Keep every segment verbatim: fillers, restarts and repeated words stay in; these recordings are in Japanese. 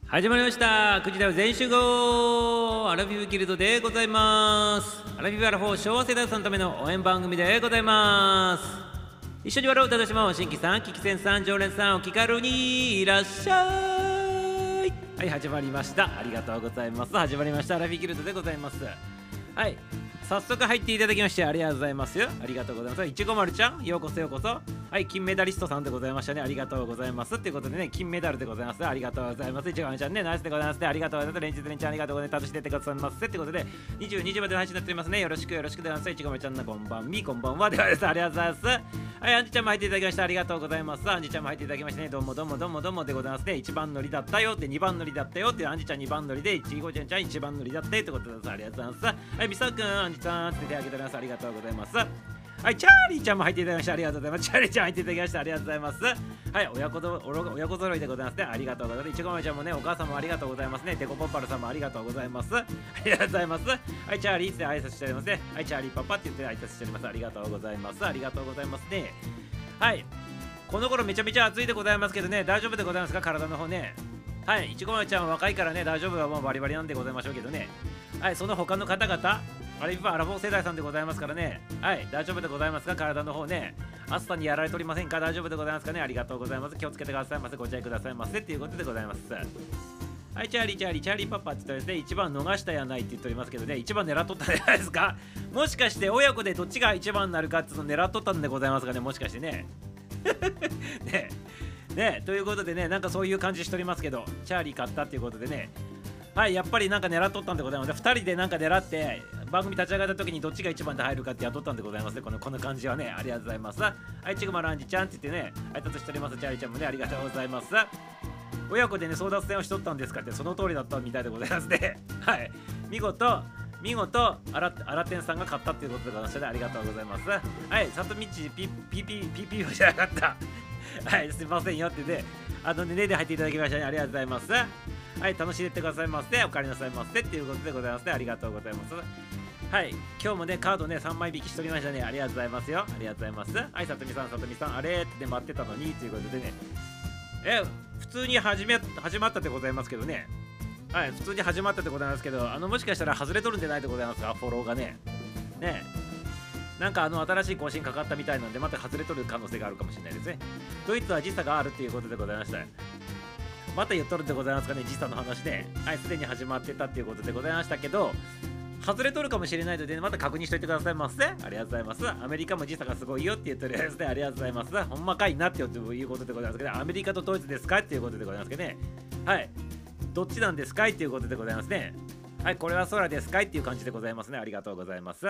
始まりました。くじだよ全集合アラフィフギルドでございます。アラフィフアラフォー昭和世代さんのための応援番組でございます。一緒に笑うただしも新規さん、危機戦さん、常連さんお気軽にいらっしゃい。はい、始まりました。ありがとうございます。始まりましたアラフィフギルドでございます。はい、早速入っていただきましてありがとうございますよ。ありがとうございます。いちごまるちゃん、ようこそようこそ。はい、金メダリストさんでございましたね。ありがとうございます。ということでね、金メダルでございます。ありがとうございます。いちごまるちゃんね、ナイスでございますね。ありがとうございます。連日連日ありがとうございます。楽しんでってくださいます。ってことで、にじゅうにじまでの配信になっておりますね。よろしくよろしくでございます。いちごまるちゃんのこんばんみ、こんばんはではです。ありがとうございます。はい、アンジちゃんも入っていただきました。ありがとうございます。アンジちゃんも入っていただきましてね、どうもどうもどうもどうもでございますね。いちばん乗りだったよって、にばん乗りだったよって、アンジちゃんにばん乗りで、いちごちゃんちゃんいちばん乗りだってってことです。ありがとうございます。はい、みさくん、アンジさんって手挙げております。ありがとうございます。はい、チャーリーちゃんも入っていただきました。ありがとうございます。チャーリーちゃん入っていただきました。ありがとうございます。はい、親子ぞ親子揃いでございますね。ありがとうございます。いちごまるちゃんもね、お母さんもありがとうございますね。デコポッパルさんもありがとうございます。ありがとうございます。はい、チャーリーって挨拶しておりますね。はい、チャーリーパパって言って挨拶しております。ありがとうございます。ありがとうございますね。はい、この頃めちゃめちゃ暑いでございますけどね、大丈夫でございますか、体の方ね。はい、いちごまるちゃんは若いからね、大丈夫はもうバリバリなんでございましょうけどね。はい、その他の方々、アラフィフアラフォー世代さんでございますからね。はい、大丈夫でございますか、体の方ね。暑さにやられておりませんか、大丈夫でございますかね。ありがとうございます。気をつけてくださいませ。ご自愛くださいませ。っていうことでございます。はい、チャーリー、チャーリー、チャーリーパパって言ったらですね、いちばん逃したやないって言っておりますけどね、いちばん狙っとったんじゃないですか。もしかして親子でどっちがいちばんになるかっていうのを狙っとったんでございますかね、もしかしてね。ねねということでね、なんかそういう感じしておりますけど、チャーリー勝ったっていうことでね、はい、やっぱりなんか狙っとったんでございます。ふたりでなんか狙って番組立ち上がった時にどっちがいちばんで入るかってやっとったんでございますね。このこの感じはね、ありがとうございます。はい、ちぐまらんじちゃんって言ってね、挨拶しております。チャーリーちゃんもね、ありがとうございます。親子でね、争奪戦をしとったんですかって、その通りだったみたいでございますね。はい、見事見事あらあらてんさんが勝ったっていうことでございましたね。ありがとうございます。はい、さとみちピピピピピピじゃなかった。はい、すいませんよってね、あのね、ねで入っていただきましたね。ありがとうございます。はい、楽しんでってくださいませ。お帰りなさいませっていうことでございますね。ありがとうございます。はい、今日もね、カードね、さんまい引きしておりましたね。ありがとうございますよ。ありがとうございます。はい、さとみさん、さとみさん、あれって待ってたのにということでね、え、普通に始め始まったでございますけどね。はい、普通に始まったでございますけど、あの、もしかしたら外れとるんじゃないでございますか、フォローがね。ねなんかあの新しい更新かかったみたいなので、また外れとる可能性があるかもしれないですね。ドイツは時差があるっていうことでございました。また言っとるんでございますかね、時差の話で。はい、すでに始まってたっていうことでございましたけど、外れとるかもしれないので、また確認しといてくださいませ。ありがとうございます。アメリカも時差がすごいよって言ってるやつで、ありがとうございます。ほんまかいなっていうことでございますけど、アメリカとドイツですかっていうことでございますけどね。はい、どっちなんですかいっていうことでございますね。はい、これは空ですかいっていう感じでございますね。ありがとうございます。はい、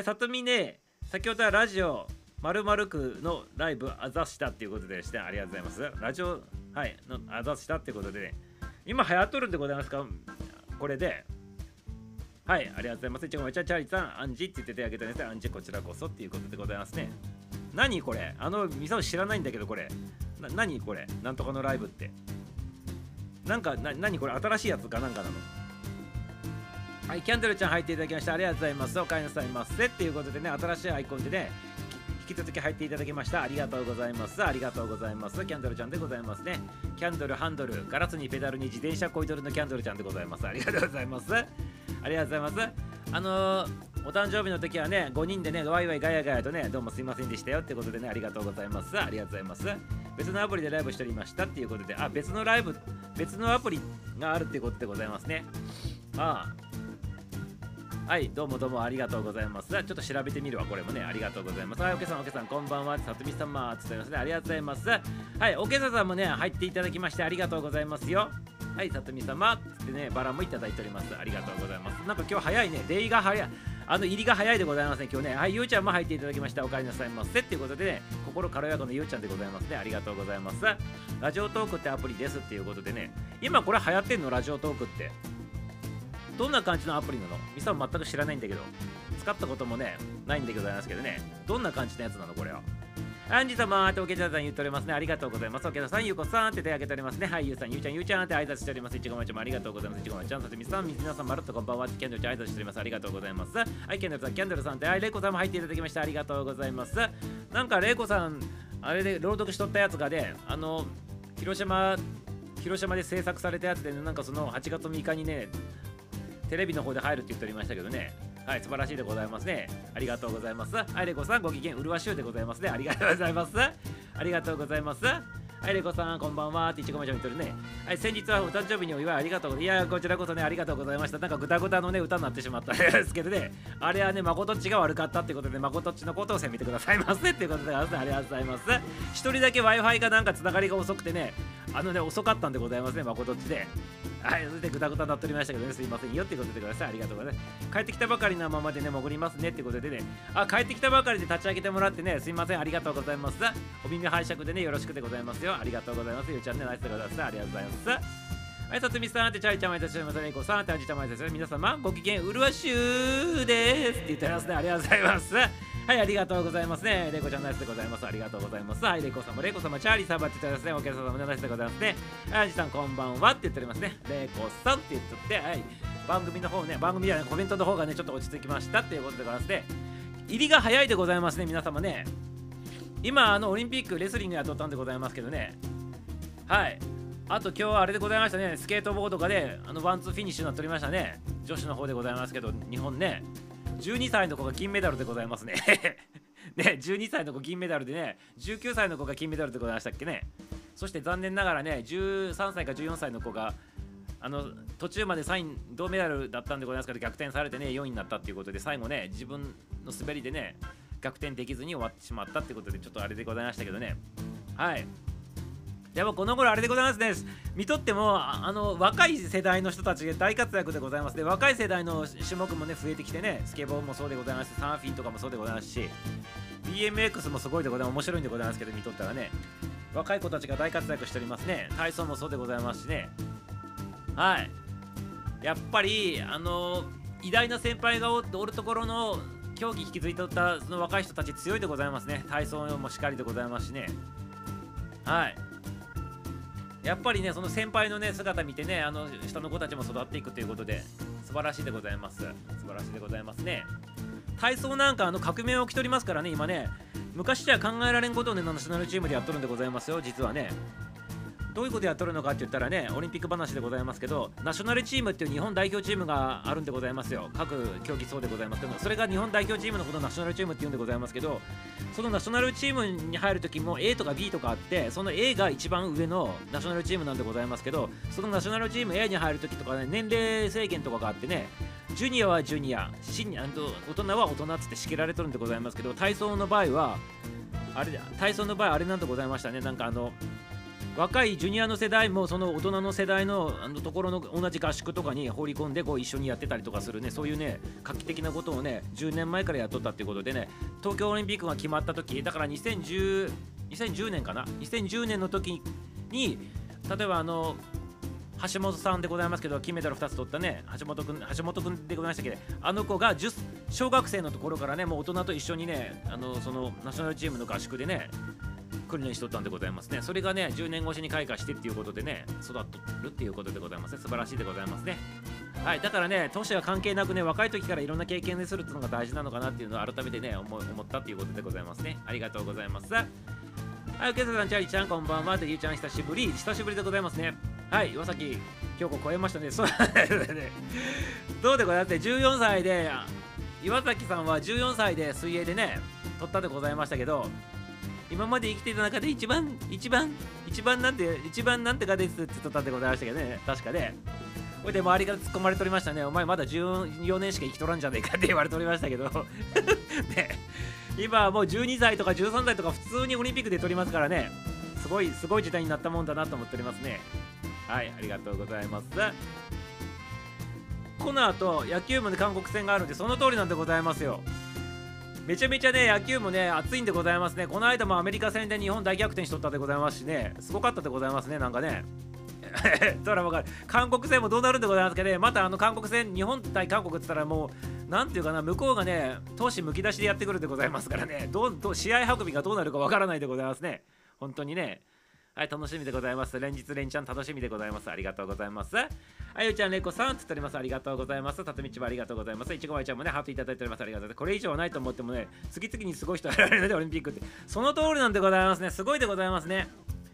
さとみね、先ほどはラジオ〇〇区のライブあざしたっていうことでして、ありがとうございます。ラジオ、はい、のあざしたっていうことで、ね、今流行っとるんでございますか、これで。はい、ありがとうございます。いちごまるちゃん、チャーリーさん、アンジって言って手挙げたんですね。アンジこちらこそっていうことでございますね。何これ、あの、ミサオ知らないんだけど、これ。な、何これ、なんとかのライブって。なんか、な、何これ、新しいやつかなんかなの。はい、キャンドルちゃん入っていただきました。ありがとうございます。お帰りなさいませっていうことでね、新しいアイコンでね、引き続き入っていただきました。ありがとうございます。ありがとうございます。キャンドルちゃんでございますね。キャンドル、ハンドル、ガラスにペダルに自転車こいどるのキャンドルちゃんでございます。ありがとうございます。ありがとうございます。あのー、お誕生日の時はね、ごにんでね、ワイワイガヤガヤとね、どうもすいませんでしたよってことでね、ありがとうございます。ありがとうございます。別のアプリでライブしておりましたっていうことで、あ、別のライブ、別のアプリがあるっていうことでございますね。ああ。はい、どうもどうもありがとうございます。ちょっと調べてみるわ、これもね。ありがとうございます。はい、おけさん、おけさん、こんばんは。さとみ様、つってますね。ありがとうございます。はい、おけささんもね、入っていただきまして、ありがとうございますよ。はい、さとみ様、つってね、バラもいただいております。ありがとうございます。なんか今日早いね。出入りが早い。あの入りが早いでございますね、今日ね。はい、ゆうちゃんも入っていただきました。お帰りなさいませ。っていうことでね、心軽やかなゆうちゃんでございますね。ありがとうございます。ラジオトークってアプリですっていうことでね、今これ流行ってんの、ラジオトークって。どんな感じのアプリなの？ミサも全く知らないんだけど、使ったこともね、ないんでございますけどね。どんな感じのやつなのこれは。アンジ様っておけちゃんさん言っておりますね。ありがとうございます。おけさん、ゆうこさんって手挙げておりますね。はい、ゆうさん、ゆうちゃん、ゆうちゃんって挨拶しております。いちごまるちゃんもありがとうございます。いちごまるちゃん、さとみさん、皆さん、まるっとこんばんは。キャンドルちゃん、挨拶しております。ありがとうございます。はい、キャンドルさん、キャンドルさんって、はい、レイコさんも入っていただきました。ありがとうございます。なんか、レイコさん、あれで朗読しとったやつがね、あの、広島、 広島で制作されたやつで、ね、なんかそのはちがつみっかにねテレビの方で入るって言っておりましたけどね。はい、素晴らしいでございますね。ありがとうございます。はい、レコさんご機嫌うるわしゅうでございますね。ありがとうございます。ありがとうございます。はい、レコさんこんばんはっていちごまちゃん言ってるね。はい、先日はお誕生日にお祝いありがとう。いやこちらこそねありがとうございました。なんかグタグタのね歌になってしまったんですけどね、あれはね誠っちが悪かったってことで誠っちのことを責めてくださいませっていうことで、ありがとうございます。一人だけ Wi-Fi がなんかつながりが遅くてね、あのね遅かったんでございますね、誠っちで。はい、それでグタグタになっておりましたけどね、すいませんよっていうことでください。ありがとうございます。帰ってきたばかりのままでね潜りますねってことでね、あ帰ってきたばかりで立ち上げてもらってね、すいませんありがとうございます。お耳拝借でねよろしくでございますよ。ありがとうございます。ゆうちゃんねナイスでございます。ありがとうございます。はい、さつみさんってチャイちゃんまいたします。レイコさんってあじちゃんまいたします。皆様ご機嫌うるわしゅうですって言ってますね。ありがとうございます。はい、ありがとうございますね。レイコちゃんナイスでございます。ありがとうございます。はい、レイコ様、レイコ様、チャーリー様って言ってますね。お客様ナイスでございますね。はい、あじさんこんばんはって言っておりますね。レイコさんって言ってって、はい、番組の方ね、番組ではね、コメントの方がね、ちょっと落ち着きましたっていうことでございまして、入りが早いでございますね、皆様ね。今、あの、オリンピック、レスリングやっとったんでございますけどね。はい。あと今日はあれでございましたね、スケートボードがね、あのワンツーフィニッシュになっておりましたね。女子の方でございますけど、日本ね、じゅうにさいの子が金メダルでございますね。ね、じゅうにさいの子銀メダルでね、じゅうきゅうさいの子が金メダルでございましたっけね。そして残念ながらね、じゅうさんさいかじゅうよんさいの子が、あの途中までさんい銅メダルだったんでございますけど、逆転されてね、よんいになったっていうことで、最後ね、自分の滑りでね、逆転できずに終わってしまったってことで、ちょっとあれでございましたけどね。はい。やっぱこの頃あれでございますね。見とってもあの若い世代の人たちが大活躍でございますね。若い世代の種目もね増えてきてね、スケボーもそうでございますし、サーフィンとかもそうでございますし、ビーエムエックス もすごいでございます。面白いんでございますけど、見とったらね、若い子たちが大活躍しておりますね。体操もそうでございますしね。はい。やっぱりあの偉大な先輩が お, おるところの競技引き継いとったその若い人たち強いでございますね。体操もしっかりでございますしね。はい。やっぱりね、その先輩のね姿見てね、あの下の子たちも育っていくということで素晴らしいでございます。素晴らしいでございますね。体操なんかあの革命を起きとりますからね、今ね。昔じゃ考えられんことをね、ナショナルチームでやっとるんでございますよ、実はね。どういうことやっとるのかって言ったらね、オリンピック話でございますけど、ナショナルチームっていう日本代表チームがあるんでございますよ。各競技そうでございますけど、それが日本代表チームのことをナショナルチームって言うんでございますけど、そのナショナルチームに入るときも A とか ビー とかあって、その A が一番上のナショナルチームなんでございますけど、そのナショナルチーム A に入るときとかね、年齢制限とかがあってね、ジュニアはジュニア、シニア、大人は大人っつって仕切られとるんでございますけど、体操の場合は、あれ体操の場合あれなんでございましたね。なんかあの若いジュニアの世代もその大人の世代 の, あのところの同じ合宿とかに放り込んでこう一緒にやってたりとかするね、そういうね画期的なことをねじゅうねんまえからやっとったっていうことでね、東京オリンピックが決まった時だからにせんじゅうねんかな、にせんじゅうねんの時に例えばあの橋本さんでございますけど、金メダルふたつ取ったね橋本君橋本君でございましたけど、あの子がじゅう小学生のところからねもう大人と一緒にねあのそのナショナルチームの合宿でね訓練しとったんでございますね。それがねじゅうねん越しに開花してっていうことでね育っとるっていうことでございますね。素晴らしいでございますね。はい、だからね年は関係なくね若い時からいろんな経験でするっていうのが大事なのかなっていうのを改めてね思思ったっていうことでございますね。ありがとうございます。はい、おけささん、チャーリーちゃんこんばんは。ゆうちゃん久しぶり久しぶりでございますね。はい、岩崎京子超えましたね。そうですね。どうでございますね。じゅうよんさいで岩崎さんはじゅうよんさいで水泳でね取ったでございましたけど、今まで生きていた中で一番一番一番なんて一番なんてかですって言ったんでございましたけどね、確かね。これで周りから突っ込まれておりましたね。お前まだじゅうよねんしか生きとらんじゃねえかって言われておりましたけどね、今はもうじゅうにさいとかじゅうさんさいとか普通にオリンピックで取りますからね、すごいすごい時代になったもんだなと思っておりますね。はい、ありがとうございます。この後野球もね韓国戦があるんでその通りなんでございますよ。めちゃめちゃね野球もね熱いんでございますね。この間もアメリカ戦で日本大逆転しとったでございますしね、すごかったでございますね。なんかねそら分かる。韓国戦もどうなるんでございますけどね、またあの韓国戦日本対韓国って言ったらもうなんていうかな、向こうがね闘志むき出しでやってくるでございますからね、どうどう試合運びがどうなるか分からないでございますね。本当にね。はい、楽しみでございます。連日連チャン楽しみでございます。ありがとうございます。あゆちゃん、れいこさんつっております。ありがとうございます。たつみちばありがとうございます。いちごまいちゃんもねハートいただいております。ありがとうございます。これ以上はないと思ってもね次々にすごい人やられるのでオリンピックってその通りなんでございますね。すごいでございますね。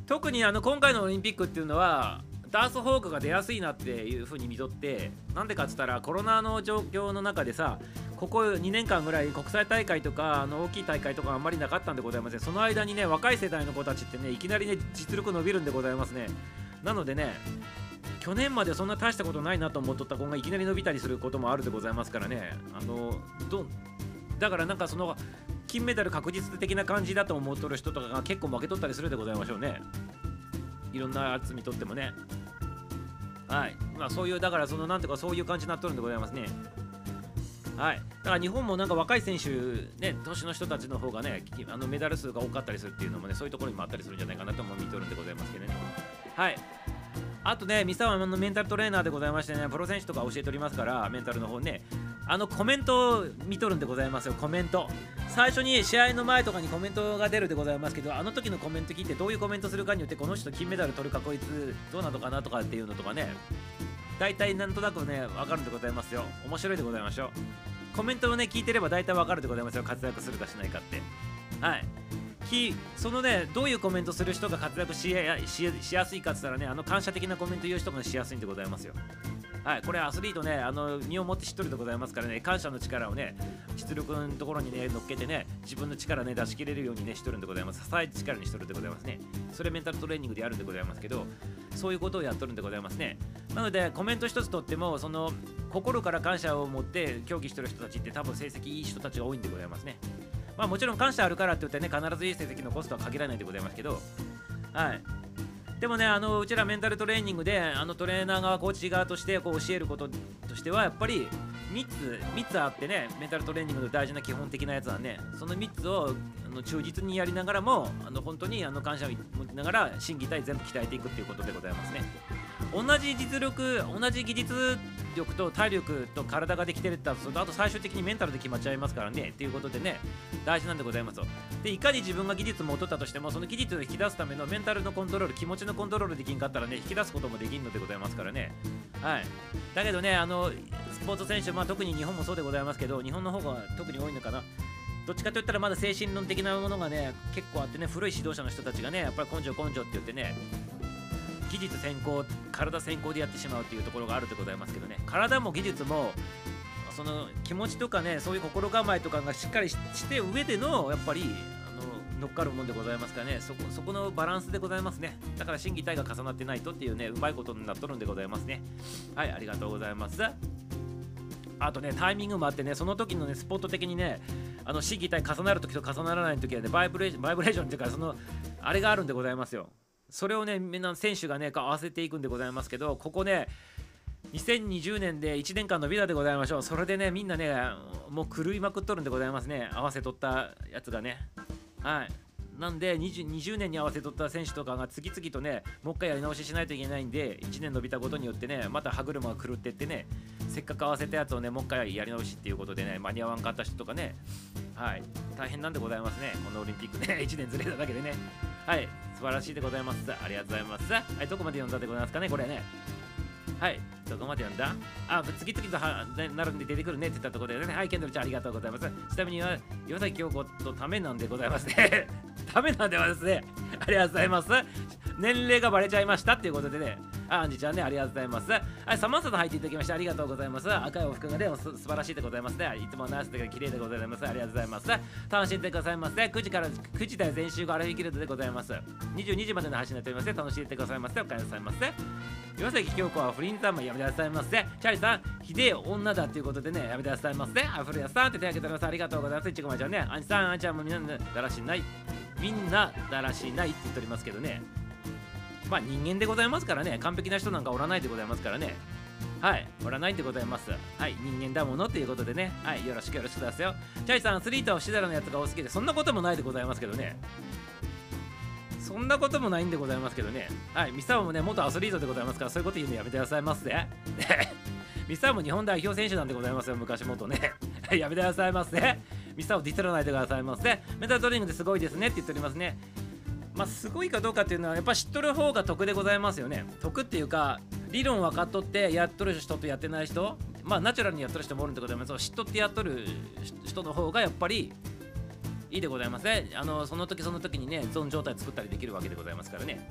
特にあの今回のオリンピックっていうのはダースホークが出やすいなっていう風に見とって、なんでかっつったらコロナの状況の中でさ、ここにねんかんぐらい国際大会とかあの大きい大会とかあんまりなかったんでございません。その間にね、若い世代の子たちってね、いきなりね実力伸びるんでございますね。なのでね、去年までそんな大したことないなと思っとった子がいきなり伸びたりすることもあるでございますからね。あのどだからなんかその金メダル確実的な感じだと思っとる人とかが結構負けとったりするでございましょうね。いろんなやつ見とってもね。はい。まあそういう、だからそのなんていうかそういう感じになっとるんでございますね。はい。だから日本もなんか若い選手、ね、年の人たちの方がね、あのメダル数が多かったりするっていうのもね、そういうところにもあったりするんじゃないかなとも見とるんでございますけどね。はい。あとね、三沢のメンタルトレーナーでございましてね、プロ選手とか教えておりますから、メンタルの方ね、あのコメントを見とるんでございますよ。コメント最初に試合の前とかにコメントが出るでございますけど、あの時のコメント聞いてどういうコメントするかによって、この人金メダル取るかこいつどうなのかなとかっていうのとかね、大体なんとなくね分かるんでございますよ。面白いでございましょう。コメントをね聞いてれば大体分かるでございますよ、活躍するかしないかって。はい。きそのね、どういうコメントする人が活躍し や, し, しやすいかって言ったらね、あの感謝的なコメント言う人がしやすいんでございますよ。はい、これアスリートね、あの身をもって知っとるでございますからね、感謝の力をね、実力のところにね乗っけてね、自分の力ね出し切れるようにねしとるんでございます。支える力にしとるんでございますね。それメンタルトレーニングでやるんでございますけど、そういうことをやっとるんでございますね。なのでコメント一つとっても、その心から感謝を持って競技してる人たちって多分成績いい人たちが多いんでございますね。まあもちろん感謝あるからって言ってね、必ずいい成績残すとは限らないでございますけど、はい。でもね、あのうちらメンタルトレーニングであのトレーナー側、コーチ側としてこう教えることとしては、やっぱりみっつ、みっつあってね、メンタルトレーニングの大事な基本的なやつはね、そのみっつをあの忠実にやりながらも、あの本当にあの感謝を持ちながら心技体全部鍛えていくっていうことでございますね。同じ実力、同じ技術力と体力と体ができてるって言ったら、あと最終的にメンタルで決まっちゃいますからねっていうことでね、大事なんでございますよ。で、いかに自分が技術を持っとったとしても、その技術を引き出すためのメンタルのコントロール、気持ちのコントロールできんかったらね、引き出すこともできんのでございますからね。はい。だけどね、あのスポーツ選手、まあ、特に日本もそうでございますけど、日本の方が特に多いのかな。どっちかといったらまだ精神論的なものがね結構あってね、古い指導者の人たちがね、やっぱり根性根性って言ってね、技術先行、体先行でやってしまうっていうところがあるでございますけどね、体も技術もその気持ちとかね、そういう心構えとかがしっかり し, して上でのやっぱりあの乗っかるもんでございますからね、そこそこのバランスでございますね。だから心技体が重なってないとっていうね、うまいことになっとるんでございますね。はい、ありがとうございます。あとね、タイミングもあってね、その時のねスポット的にね、あの心技体重なる時と重ならない時はね、バイブレーションバイブレーションっていうか、そのあれがあるんでございますよ。それをね、みんな選手がね合わせていくんでございますけど、ここねにせんにじゅうねんでいちねんかんのビザでございましょう。それでね、みんなねもう狂いまくっとるんでございますね、合わせとったやつがね。はい。なんで 20, にじゅうねんに合わせとった選手とかが次々とね、もう一回やり直ししないといけないんで、いちねん伸びたことによってね、また歯車が狂ってってね、せっかく合わせたやつをね、もう一回やり直しっていうことでね、間に合わんかった人とかね、はい、大変なんでございますね、このオリンピックね、いちねんずれただけでね。はい、素晴らしいでございます。ありがとうございます。はい、どこまで読んだでございますかね、これね。はい、どこまで読んだ？あ、次々とはなるんで出てくるねって言ったところでね。はい、ケンドルちゃんありがとうございます。ちなみには岩崎京子とためなんでございますね。ためなんではですね。ありがとうございます。年齢がバレちゃいましたっていうことでね。あ、アンジちゃんね、ありがとうございます。はい、サマンサと入っていただきましてありがとうございます。赤いお服がね、す素晴らしいでございますね。いつもナースで綺麗でございます。ありがとうございます。楽しんでくださいませ。くじからくじ台全集がアラフィギルドでございます。にじゅうにじまでの配信になっております。楽しんでくださいませ。お帰りなさいませ。岩崎京子は不倫三昧やめてくださいませ。チャーリーさん、ひでえ女だっていうことでね、やめてくださいませ。あ、古谷さんって手挙げております。ありがとうございます。いちごまちゃんね、アンチさん、アンチさんもみんなだらしない。みんなだらしないって言っておりますけどね。まあ人間でございますからね、完璧な人なんかおらないでございますからね。はい、おらないでございます。はい、人間だものということでね、はい、よろしくよろしくだすよ。チャイさん、アスリートはシダラのやつが多すぎて、そんなこともないでございますけどね。そんなこともないんでございますけどね。はい、ミサオもね、元アスリートでございますから、そういうこと言うのやめてくださいませ。ミサオも日本代表選手なんでございますよ、昔元ね。やめてくださいませ。ミサオディスらないでくださいませ。メンタルトレーニングですごいですねって言っておりますね。まあ、すごいかどうかっていうのはやっぱ知っとる方が得でございますよね。得っていうか、理論分かっとってやっとる人とやってない人、まあナチュラルにやっとる人もおるんでございます。知っとってやっとる人の方がやっぱりいいでございますね。あのその時その時にね、ゾーン状態作ったりできるわけでございますからね。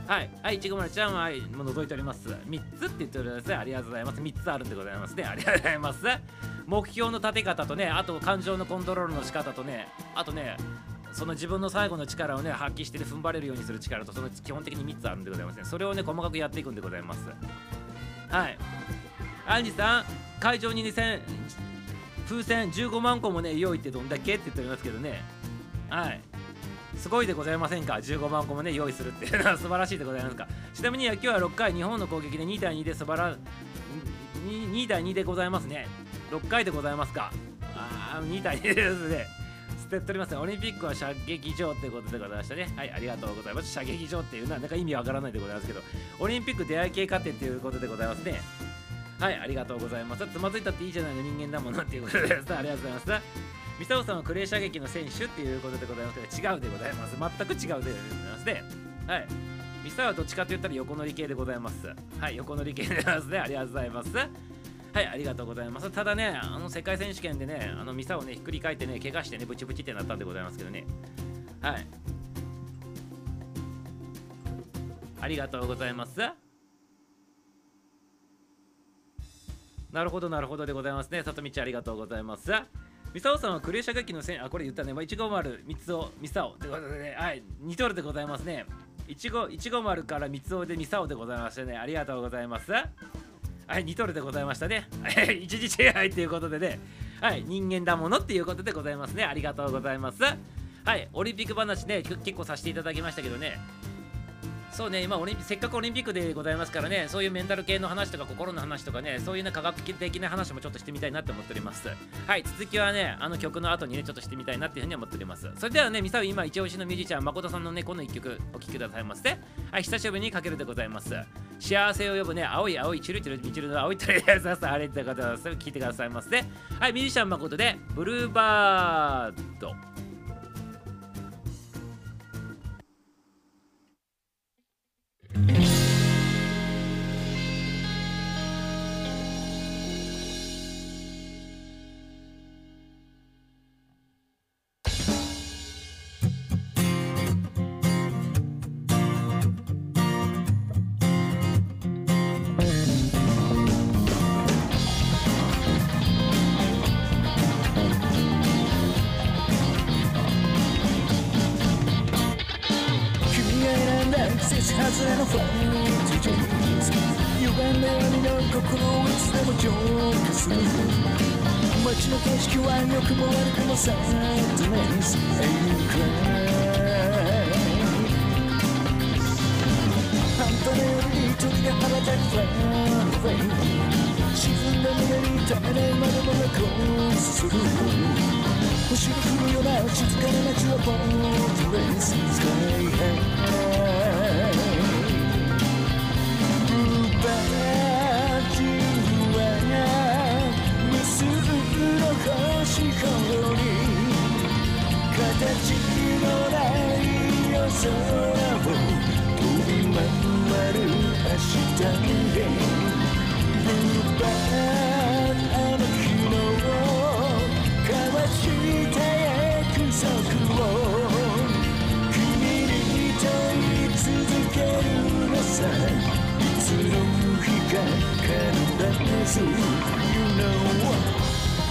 はい、はい、いちごまるちゃんは、はい、もう覗いております。みっつって言っておりますね。ありがとうございます。みっつあるんでございますね。ありがとうございます。目標の立て方とね、あと感情のコントロールの仕方とね、あとね、その自分の最後の力をね、発揮して、ね、踏ん張れるようにする力と、その基本的にみっつあるんでございますね。それをね、細かくやっていくんでございます。はい。アンジさん、会場ににせん、風船じゅうごまんこもね、用意ってどんだけって言っておりますけどね。はい。すごいでございませんか。じゅうごまんこもね用意するっていうのは素晴らしいでございますか。ちなみに野球はろっかい日本の攻撃でにたいにで素晴らにたいにでございますね。ろっかいでございますか。ああにたいにですね。捨てておりますね。オリンピックは射撃場ってことでございましたね。はい、ありがとうございます。射撃場っていうのはなんか意味わからないでございますけど、オリンピック出会い系過程っていうことでございますね。はい、ありがとうございます。つまずいたっていいじゃないの、人間だものっていうことでありがとうございます。ミサオさんはクレー射撃の選手っていうことでございますけど、違うでございます。全く違うでございますね。はい。ミサオはどっちかと言ったら横乗り系でございます。はい、横乗り系でございますね。ありがとうございます。はい、ありがとうございます。ただね、あの世界選手権でね、あのミサオね、ひっくり返ってね、怪我してね、ブチブチってなったんでございますけどね。はい。ありがとうございます。なるほど、なるほどでございますね。さとみちゃん、ありがとうございます。ミサオさんはクレー射撃のせん、あ、これ言ったね。いちごまる、みつお、ミサオ。ということでね、はい、に通りでございますね。いちごまるからみつおでミサオでございましてね、ありがとうございます。はい、に通りでございましたね。一日違いということでね、はい、人間だものっていうことでございますね。ありがとうございます。はい、オリンピック話ね、結構させていただきましたけどね。そうね、今オリンピせっかくオリンピックでございますからね、そういうメンタル系の話とか心の話とかね、そういうね科学的な話もちょっとしてみたいなって思っております。はい、続きはね、あの曲の後にね、ちょっとしてみたいなっていうふうに思っております。それではね、ミサウ今一押しのミュージシャン誠さんのね、この一曲お聴きくださいませ。はい、久しぶりにかけるでございます。幸せを呼ぶね、青い青いチルチルみちるの青い鳥でささあれって方はそれ聞いてくださいませ。はい、ミュージシャン誠でブルーバード。 外れのファイトジェイズ歪んだ闇の心をいつでも浄化する街の景色は良くも悪くもサイドネスエイクライ半端な夜に鳥が羽ばたくファンフェイ沈んだ胸に垂れまだまだコースする星が降るような静かな街はボートレーススカイハイ星ほどに形のない夜空を飛び回る明日へブーバーあの日の交わした約束を君に問い続けるのさいつの日か必ず You know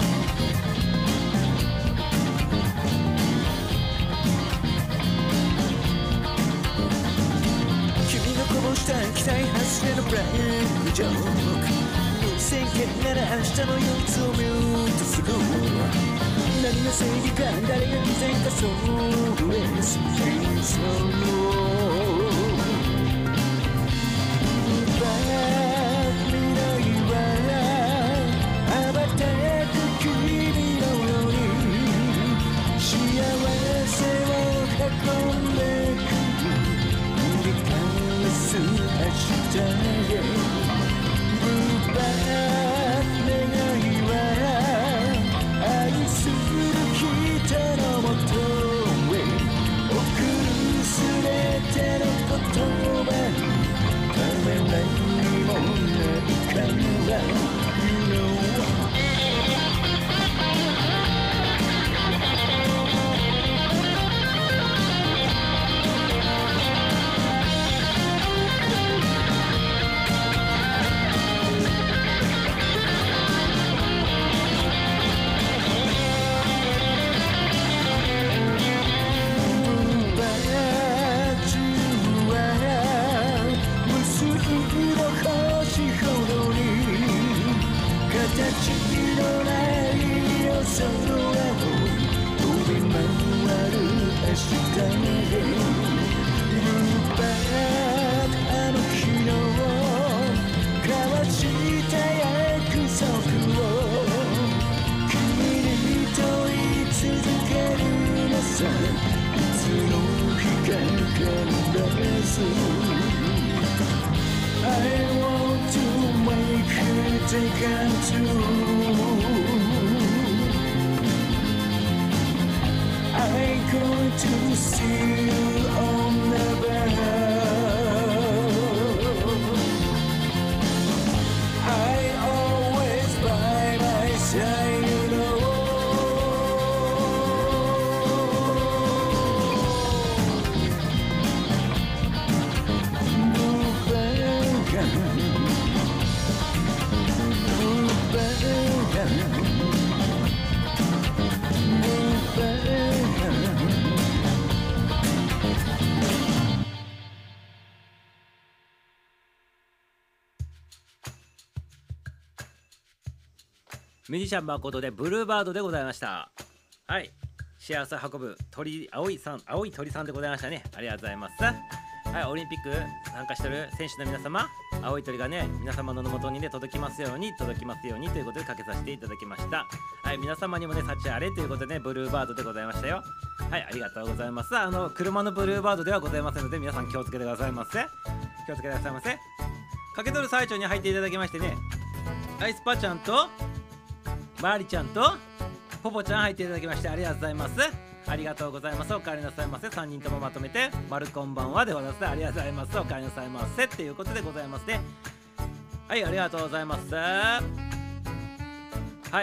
期待外れのブラックジョーク無制限なら明日の憂鬱をミュートする何が正義か誰が偽善かソウルレス真相奪未来は羽ばたく君のように幸せを運んでく明日へ奪う願いは愛する人のもとへ送るすべての言葉にためらいもないから You know す I want to make it come true I going to see you on the bed I always by my side you know ミュージシャン誠でブルーバードでございました。はい、幸せ運ぶ鳥青いさん青い鳥さんでございましたね。ありがとうございます。はい、オリンピック参加してる選手の皆様、青い鳥がね皆様の元にね届きますように届きますようにということでかけさせていただきました。はい、皆様にもね幸あれということでねブルーバードでございましたよ。はい、ありがとうございます。あの車のブルーバードではございませんので皆さん気をつけてくださいませ。気をつけてくださいませ。かけ取る最中に入っていただきましてね、アイスパちゃんとマーリちゃんとポポちゃん入っていただきましてありがとうございます。ありがとうございます。お帰りなさいませ。さんにんともまとめて丸こんばんはでございます。ありがとうございます。お帰りなさいませっていうことでございますね。はい、ありがとうございます。はい、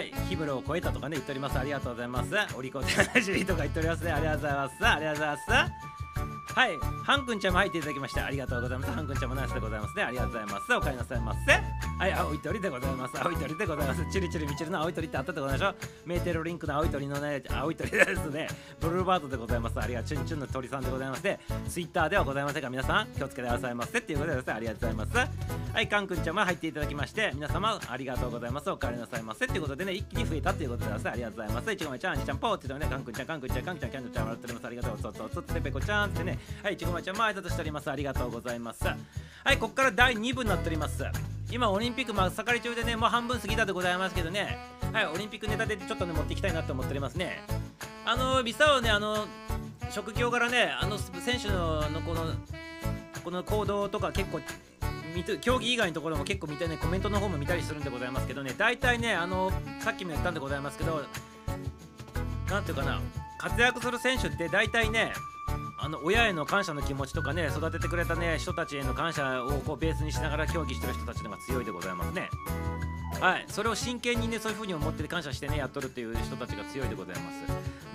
ヒブロを超えたとかね言っております。ありがとうございます。お利口で話とか言っておりますね。ありがとうございます。ありがとうございます。はい、ハンくんちゃんも入っていただきましてありがとうございます。ハンくんちゃんもナイスでございますね。ありがとうございます。お帰りなさいませ。はい、青い鳥でございます。青い鳥でございます。チュルチュルミチュルの青い鳥ってあったってことでしょ。メーテルリンクの青い鳥のね、青い鳥ですね。ブルーバードでございます。ありがとう、チュンチュンの鳥さんでございまして、ツイッターではございませんが、皆さん気をつけてくださいませっていうことでですね、ありがとうございます。はい、カンくんちゃんも入っていただきまして、皆様ありがとうございます。お帰りなさいませっていうことでね、一気に増えたっていうことでですね、ありがとうございます。いちごまいちゃん、にちゃんぽーって言ってね、カンくんちゃん、カンくんちゃん、カンくんちゃん、キャンドちゃん笑っております。ありがとう、そうそう、つってペコちゃんってね、はい、いちごまいちゃんも挨拶しております。ありがとうございます。はい、ここからだいにぶになっております。今オリンピック真っ盛り中でね、もう半分過ぎたでございますけどね、はい、オリンピックネタでちょっとね持っていきたいなと思っておりますね。あのビサオね、あの職業柄ね、あの選手ののこのこの行動とか結構見て、競技以外のところも結構見てね、コメントの方も見たりするんでございますけどね、大体ね、あのさっきも言ったんでございますけど、なんていうかな、活躍する選手って大体ね、あの親への感謝の気持ちとかね、育ててくれたね人たちへの感謝をこうベースにしながら競技してる人たちのが強いでございますね。はい、それを真剣にねそういう風に思って感謝してねやっとるっていう人たちが強いでございます。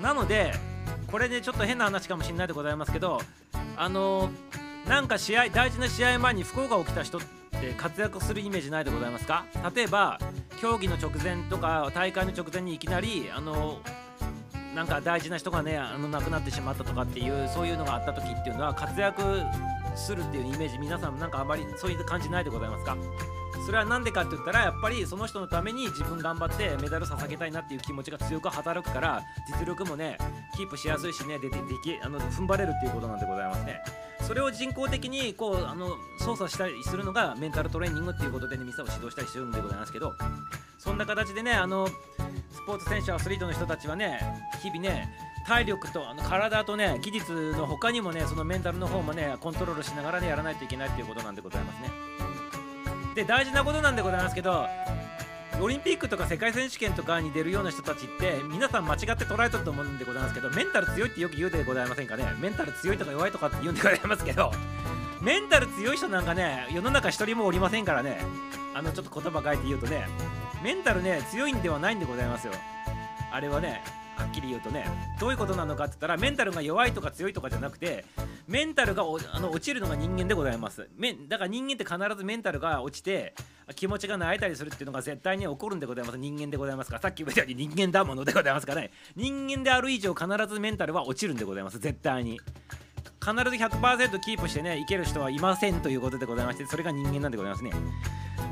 なのでこれねちょっと変な話かもしれないでございますけど、あのー、なんか試合大事な試合前に不幸が起きた人って活躍するイメージないでございますか。例えば競技の直前とか大会の直前にいきなりあのーなんか大事な人がねあの亡くなってしまったとかっていうそういうのがあった時っていうのは活躍するっていうイメージ、皆さんなんかあまりそういう感じないでございますか。それはなんでかって言ったらやっぱりその人のために自分頑張ってメダル捧げたいなっていう気持ちが強く働くから実力もねキープしやすいしねででできあの踏ん張れるっていうことなんでございますね。それを人工的にこうあの操作したりするのがメンタルトレーニングっていうことでねミサを指導したりしてるんでございますけど、そんな形でねあのスポーツ選手アスリートの人たちはね日々ね体力とあの体とね技術の他にもねそのメンタルの方もねコントロールしながらねやらないといけないっていうことなんでございますね。で大事なことなんでございますけど、オリンピックとか世界選手権とかに出るような人たちって皆さん間違って捉えとると思うんでございますけど、メンタル強いってよく言うでございませんかね。メンタル強いとか弱いとかって言うんでございますけど、メンタル強い人なんかね世の中一人もおりませんからね。あのちょっと言葉変えて言うとね、メンタルね強いんではないんでございますよ。あれはねはっきり言うとねどういうことなのかって言ったら、メンタルが弱いとか強いとかじゃなくてメンタルがおあの落ちるのが人間でございます。めだから人間って必ずメンタルが落ちて気持ちが萎えたりするっていうのが絶対に起こるんでございます。人間でございますから、さっき言ったように人間だものでございますからね。人間である以上必ずメンタルは落ちるんでございます。絶対に必ず ひゃくパーセント キープしてねいける人はいませんということでございまして、それが人間なんでございますね。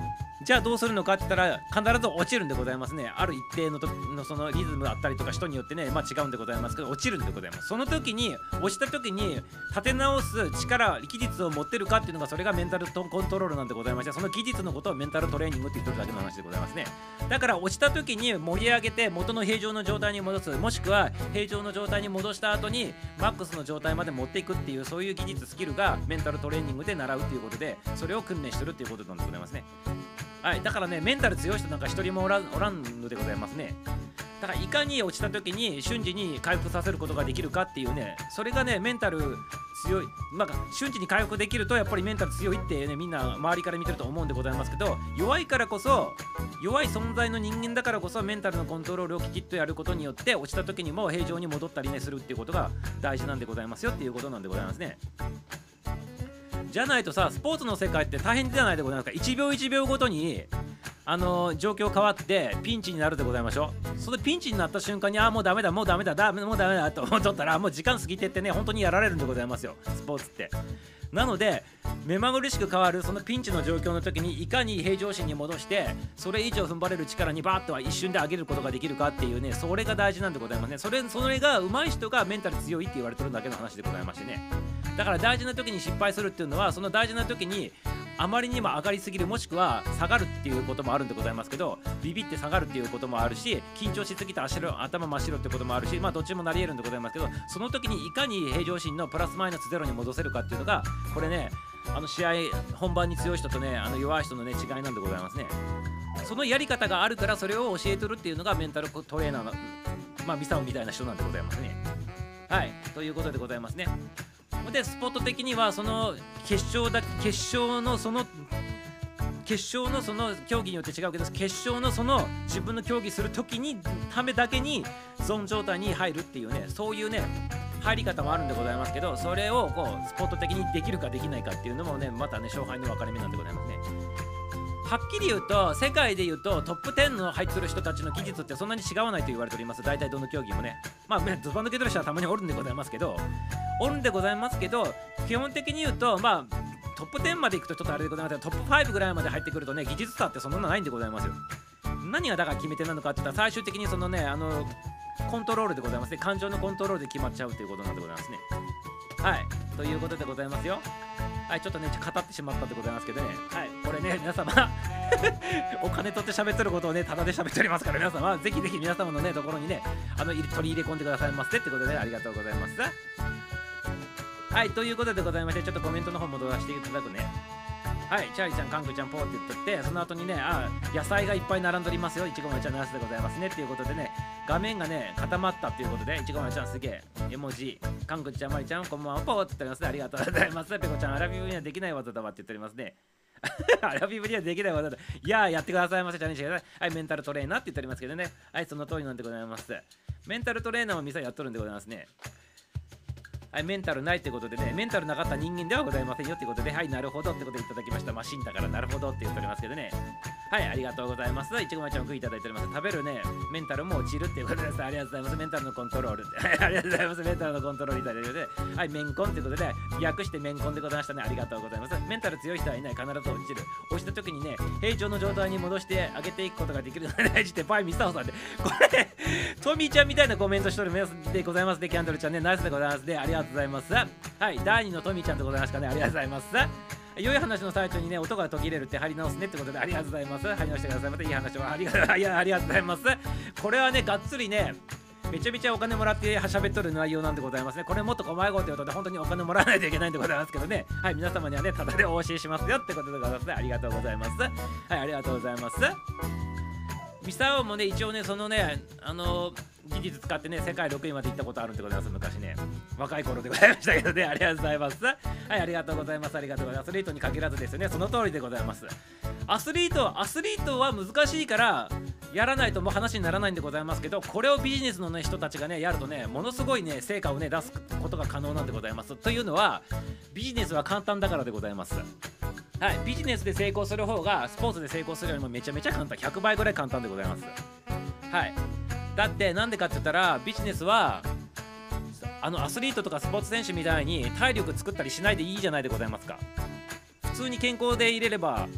じゃあどうするのかって言ったら必ず落ちるんでございますね。ある一定のとのそのリズムだったりとか人によってね、まあ、違うんでございますけど落ちるんでございます。その時に落ちた時に立て直す力技術を持ってるかっていうのがそれがメンタルコントロールなんでございまして、その技術のことをメンタルトレーニングって言ってるだけの話でございますね。だから落ちた時に盛り上げて元の平常の状態に戻す、もしくは平常の状態に戻した後にマックスの状態まで持っていくっていう、そういう技術スキルがメンタルトレーニングで習うっていうことで、それを訓練してるっていうことなんでございますね。はい、だからねメンタル強い人なんか一人もおらんおらんのでございますね。だからいかに落ちた時に瞬時に回復させることができるかっていうね、それがねメンタル強い、まあ瞬時に回復できるとやっぱりメンタル強いってねみんな周りから見てると思うんでございますけど、弱いからこそ、弱い存在の人間だからこそメンタルのコントロールをきちっとやることによって落ちた時にも平常に戻ったりねするっていうことが大事なんでございますよっていうことなんでございますね。じゃないとさ、スポーツの世界って大変じゃないでございますか。いちびょういちびょうごとにあのー、状況変わってピンチになるでございましょう。それでピンチになった瞬間にあーもうダメだもうダメだだもうダメだと思っとったらもう時間過ぎてってね本当にやられるんでございますよスポーツって。なので目まぐるしく変わるそのピンチの状況の時にいかに平常心に戻してそれ以上踏ん張れる力にバーッとは一瞬で上げることができるかっていうね、それが大事なんでございますね。それそれが上手い人がメンタル強いって言われてるだけの話でございましてね。だから大事な時に失敗するっていうのはその大事な時にあまりにも上がりすぎる、もしくは下がるっていうこともあるんでございますけど、ビビって下がるっていうこともあるし、緊張しすぎて足頭真っ白ってこともあるし、まあどっちもなり得るんでございますけど、その時にいかに平常心のプラスマイナスゼロに戻せるかっていうのがこれね、あの試合本番に強い人とねあの弱い人のね違いなんでございますね。そのやり方があるからそれを教えとるっていうのがメンタルトレーナーのまあミサオみたいな人なんでございますね。はいということでございますね。でスポット的にはその決勝だ決勝のその決勝のその競技によって違うけど決勝のその自分の競技する時にためだけにゾーン状態に入るっていうね、そういうね入り方もあるんでございますけど、それをこうスポット的にできるかできないかっていうのもねまたね勝敗の分かれ目なんでございますね。はっきり言うと世界で言うとトップじゅうの入ってる人たちの技術ってそんなに違わないと言われております。大体どの競技もね、まあズバ抜けてる人はたまにおるんでございますけどおるんでございますけど基本的に言うとまあトップじゅうまでいくとちょっとあれでございますけどトップごぐらいまで入ってくるとね技術差ってそんなのないんでございますよ。何がだから決め手なのかって言ったら最終的にそのねあのコントロールでございますね。感情のコントロールで決まっちゃうということなんでございますね。はいということでございますよ。はいちょっとね語ってしまったでございますけどね、はいこれね皆様お金取って喋ってることをねタダで喋っておりますから皆様ぜひぜひ皆様のねところにねあの取り入れ込んでくださいませってことで、ね、ありがとうございます。はいということでございましてちょっとコメントの方戻らせていただくね。はいチャーリーちゃんカンクちゃんポーって言ってってその後にねあ野菜がいっぱい並んでおりますよいちごまるちゃんのやつでございますねっていうことでね画面がね固まったっていうことでいちごまるちゃんすげえ絵文字カンクちゃんまりちゃんこんばんはポーって言っておりますね。ありがとうございます。ペコちゃんアラビブにはできない技だわって言っておりますね。アラビブにはできない技だいやーやってくださいませチャレンジしてください。はいメンタルトレーナーって言っておりますけどねはいその通りなんでございます。メンタルトレーナーをミサやっとるんでございますね。はい、メンタルないってことでね、メンタルなかった人間ではございませんよってことで、はい、なるほどってことでいただきました。まあ、シンタからなるほどって言っておりますけどね。はい、ありがとうございます。いちごまちゃんを食いいただいております。食べるね、メンタルも落ちるっていうことです。ありがとうございます。メンタルのコントロール。はい、ありがとうございます。メンタルのコントロールいただいてで、はい、メンコンってことで、略してメンコンでございましたね。ありがとうございます。メンタル強い人はいない、必ず落ちる。落ちた時にね、平常の状態に戻してあげていくことができるので大事ってバイミスタオさんで、これ、トミーちゃんみたいなコメントしておるメスでございますね。キャンドルちゃんね、ナイスでございますね。ありがとうございます。はい、だいにのトミーちゃんでございますかね。ありがとうございます。良い話の最中にね、音が途切れるって貼り直すねってことでありがとうございます。貼り直してください。またいい話をありがとう、いやありがとうございます。これはね、がっつりね、めちゃめちゃお金もらって喋っとる内容なんでございますね。これもっと細いこと言うとね、本当にお金もらわないといけないんでございますけどね。はい、皆様にはね、ただでお教えしますよってことでございますね。ありがとうございます。はい、ありがとうございます。ミサオもね、一応ね、そのね、あの技術使ってね、世界ろくいまで行ったことあるんでございます。昔ね、若い頃でございましたけどね、ありがとうございます。はい、ありがとうございます。ありがとうございます。アスリートに限らずですよね、その通りでございます。アスリート、アスリートは難しいからやらないともう話にならないんでございますけど、これをビジネスの、ね、人たちがねやるとね、ものすごいね成果をね出すことが可能なんでございます。というのはビジネスは簡単だからでございます。はい、ビジネスで成功する方がスポーツで成功するよりもめちゃめちゃ簡単、ひゃくばいぐらい簡単でございます。はい、だってなんでかって言ったらビジネスはあのアスリートとかスポーツ選手みたいに体力作ったりしないでいいじゃないでございますか。普通に健康でいれれば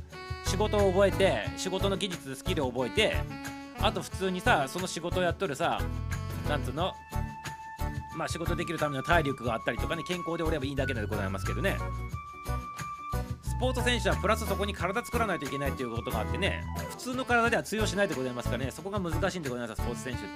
仕事を覚えて、仕事の技術スキルを覚えて、あと普通にさ、その仕事をやっとるさ、なんつうの、まあ仕事できるための体力があったりとかね、健康でおればいいだけでございますけどね。スポーツ選手はプラスそこに体作らないといけないっていうことがあってね、普通の体では通用しないでございますからね、そこが難しいんでございます、スポーツ選手って。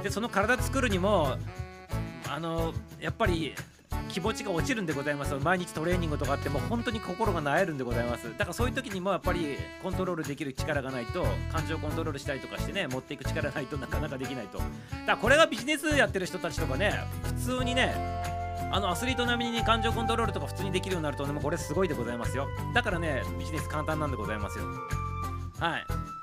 でその体作るにもあのやっぱり気持ちが落ちるんでございます。毎日トレーニングとかあっても本当に心が萎えるんでございます。だからそういう時にもやっぱりコントロールできる力がないと、感情コントロールしたりとかしてね、持っていく力がないとなかなかできないと。だからこれがビジネスやってる人たちとかね、普通にね、あのアスリート並みに感情コントロールとか普通にできるようになるとね、もうこれすごいでございますよ。だからね、ビジネス簡単なんでございますよ。はい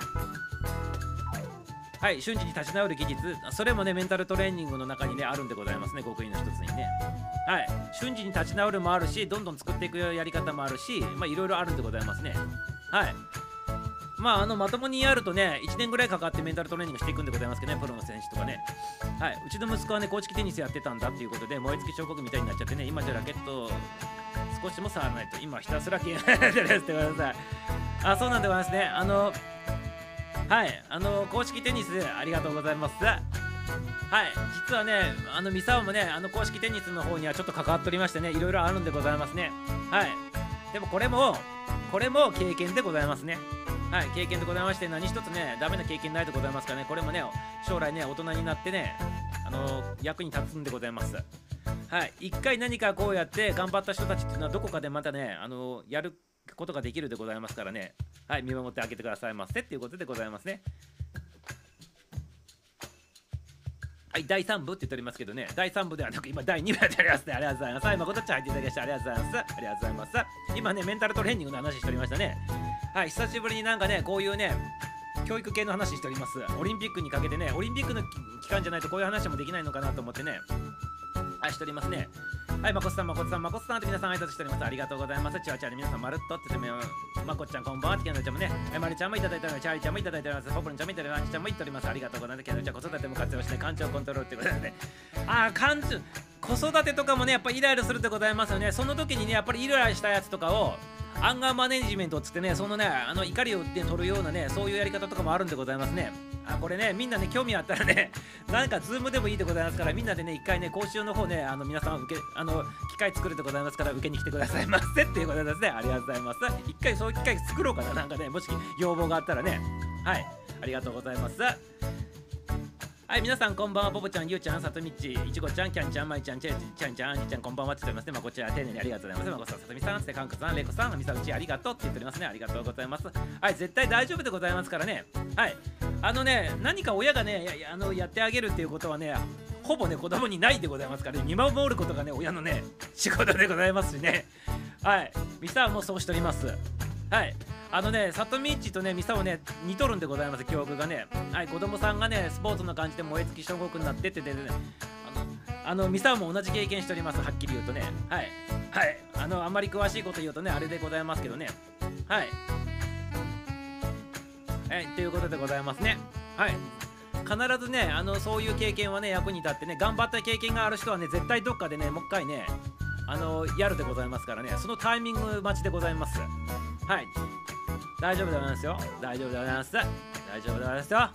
はい、瞬時に立ち直る技術、それもねメンタルトレーニングの中にねあるんでございますね、極意の一つにね。はい、瞬時に立ち直るもあるし、どんどん作っていくやり方もあるし、まあいろいろあるんでございますね。はい、まああのまともにやるとねいちねんぐらいかかってメンタルトレーニングしていくんでございますけどね、プロの選手とかね。はい、うちの息子はね公式テニスやってたんだっていうことで、燃え尽き彫刻みたいになっちゃってね、今じゃラケット少しも触らないと、今ひたすら消えないでですってください。あ、そうなんでございますね。あのはい、あの公式テニスありがとうございます。はい、実はね、あのミサオもね、あの公式テニスの方にはちょっと関わっておりましてね、いろいろあるんでございますね。はい、でもこれもこれも経験でございますね。はい、経験でございまして、何一つねダメな経験ないでございますからね、これもね将来ね大人になってね、あの役に立つんでございます。はい、一回何かこうやって頑張った人たちっていうのはどこかでまたね、あのやることができるでございますからね。はい、見守ってあげてくださいませっていうことでございますね。はい、だいさん部って言っておりますけどね、だいさん部ではなく今だいに部やっておりますね。ありがとうございます。はい、誠っちゃん入っていただきましてありがとうございます。ありがとうございます。今ねメンタルトレーニングの話しておりましたね。はい、久しぶりになんかねこういうね教育系の話しております。オリンピックにかけてね、オリンピックの期間じゃないとこういう話もできないのかなと思ってね、はい、しておりますね。はい、まこさん、まこさん、まこさんって皆さん挨拶しております。ありがとうございます。チワチワで皆さん、まるっとって説明を、まこちゃん、こんばんは。キャンドルちゃんもね、まるちゃんもいただいております。チャーリーちゃんもいただいております。ポップルちゃんもいただいております。ちゃんもいっております。ありがとうございます。キャンドルちゃん、子育ても活用して、感情コントロールってことでね。あー、感情、子育てとかもね、やっぱイライラするってございますよね。その時にね、やっぱりイライラしたやつとかを、アンガーマネジメントっつってね、そのね、あの怒りを、ね、取るようなね、そういうやり方とかもあるんでございますね。あ、これね、みんなね、興味あったらね、なんかズームでもいいでございますから、みんなでね、一回ね、講習の方ね、あの皆さん受け、あの、機会作るでございますから、受けに来てくださいませっていうことですね。ありがとうございます。一回そういう機会作ろうかな、なんかね、もし要望があったらね。はい、ありがとうございます。はい、皆さんこんばんは。ボボちゃん、ゆうちゃん、さとみっち、いちごちゃん、キャンちゃん、まいちゃん、チェイちゃんちゃん、あんじちゃん、こんばんはって言っておりますね。まあ、こちら丁寧にありがとうございます。まこさん、さとみさん、そしてかんくさん、れいこさん、みさうちありがとうって言っておりますね。ありがとうございます。はい、絶対大丈夫でございますからね。はい、あのね、何か親がね、やあのやってあげるっていうことはね、ほぼね、子供にないでございますから、ね、見守ることがね、親のね、仕事でございますしね。はい、ミサもそうしております。はい、あのね、さとみっちとね、ミサをね、似とるんでございます、教育がね。はい、子供さんがね、スポーツの感じで燃え尽き小国になってっててね、あの、あのミサも同じ経験しております、はっきり言うとね。はい、はい、あの、あんまり詳しいこと言うとね、あれでございますけどね。はい。はい、ということでございますね。はい。必ずね、あの、そういう経験はね、役に立ってね、頑張った経験がある人はね、絶対どっかでね、もう一回ね、あの、やるでございますからね、そのタイミング待ちでございます。はい、大丈夫でございますよ。大丈夫でございます。大丈夫でございますよ。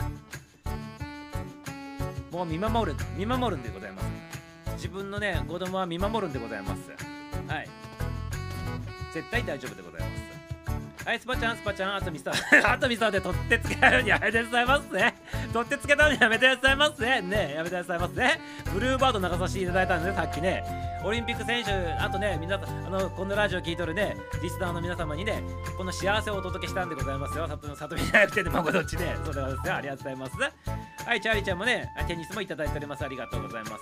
もう見守る、見守るんでございます。自分のね、子供は見守るんでございます。はい。絶対大丈夫でございます。はい、スパちゃん、スパちゃん、あとミサあとミサで取ってつけたのにやめてくださいますね。取ってつけたのにやめてくださいますね。ねえ、やめてくださいますね。ブルーバード流させていただいたんですね、さっきね。オリンピック選手、あとね、皆さん、あの、このラジオ聞いとるね、リスナーの皆様にね、この幸せをお届けしたんでございますよ。さと、さとみじゃなくてね、まこどっちね。そうでございますよ。ありがとうございます。はい、チャーリーちゃんもね、テニスもいただいております。ありがとうございます。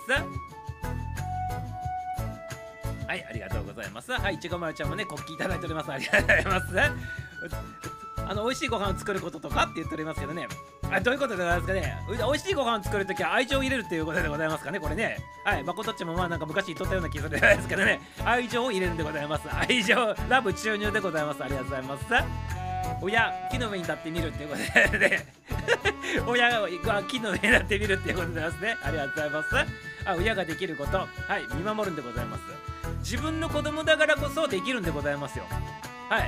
はい、ありがとうございます。はい、いちごまるちゃんもね、国旗いただいております。ありがとうございます。あの、美味しいご飯を作ることとかって言っておりますけどね。あ、どういうことでございますかね。美味しいご飯を作るときは愛情を入れるっていうことでございますかね、これね。はい、まことっちもまあなんか昔言っとったような気がするんですけどね。愛情を入れるんでございます。愛情、ラブ注入でございます。ありがとうございます。親、木の上に立ってみるっていうことでね。親が木の上に立ってみるっていうことでございますね。ありがとうございます。あ、親ができること、はい、見守るんでございます。自分の子供だからこそできるんでございますよ。はい。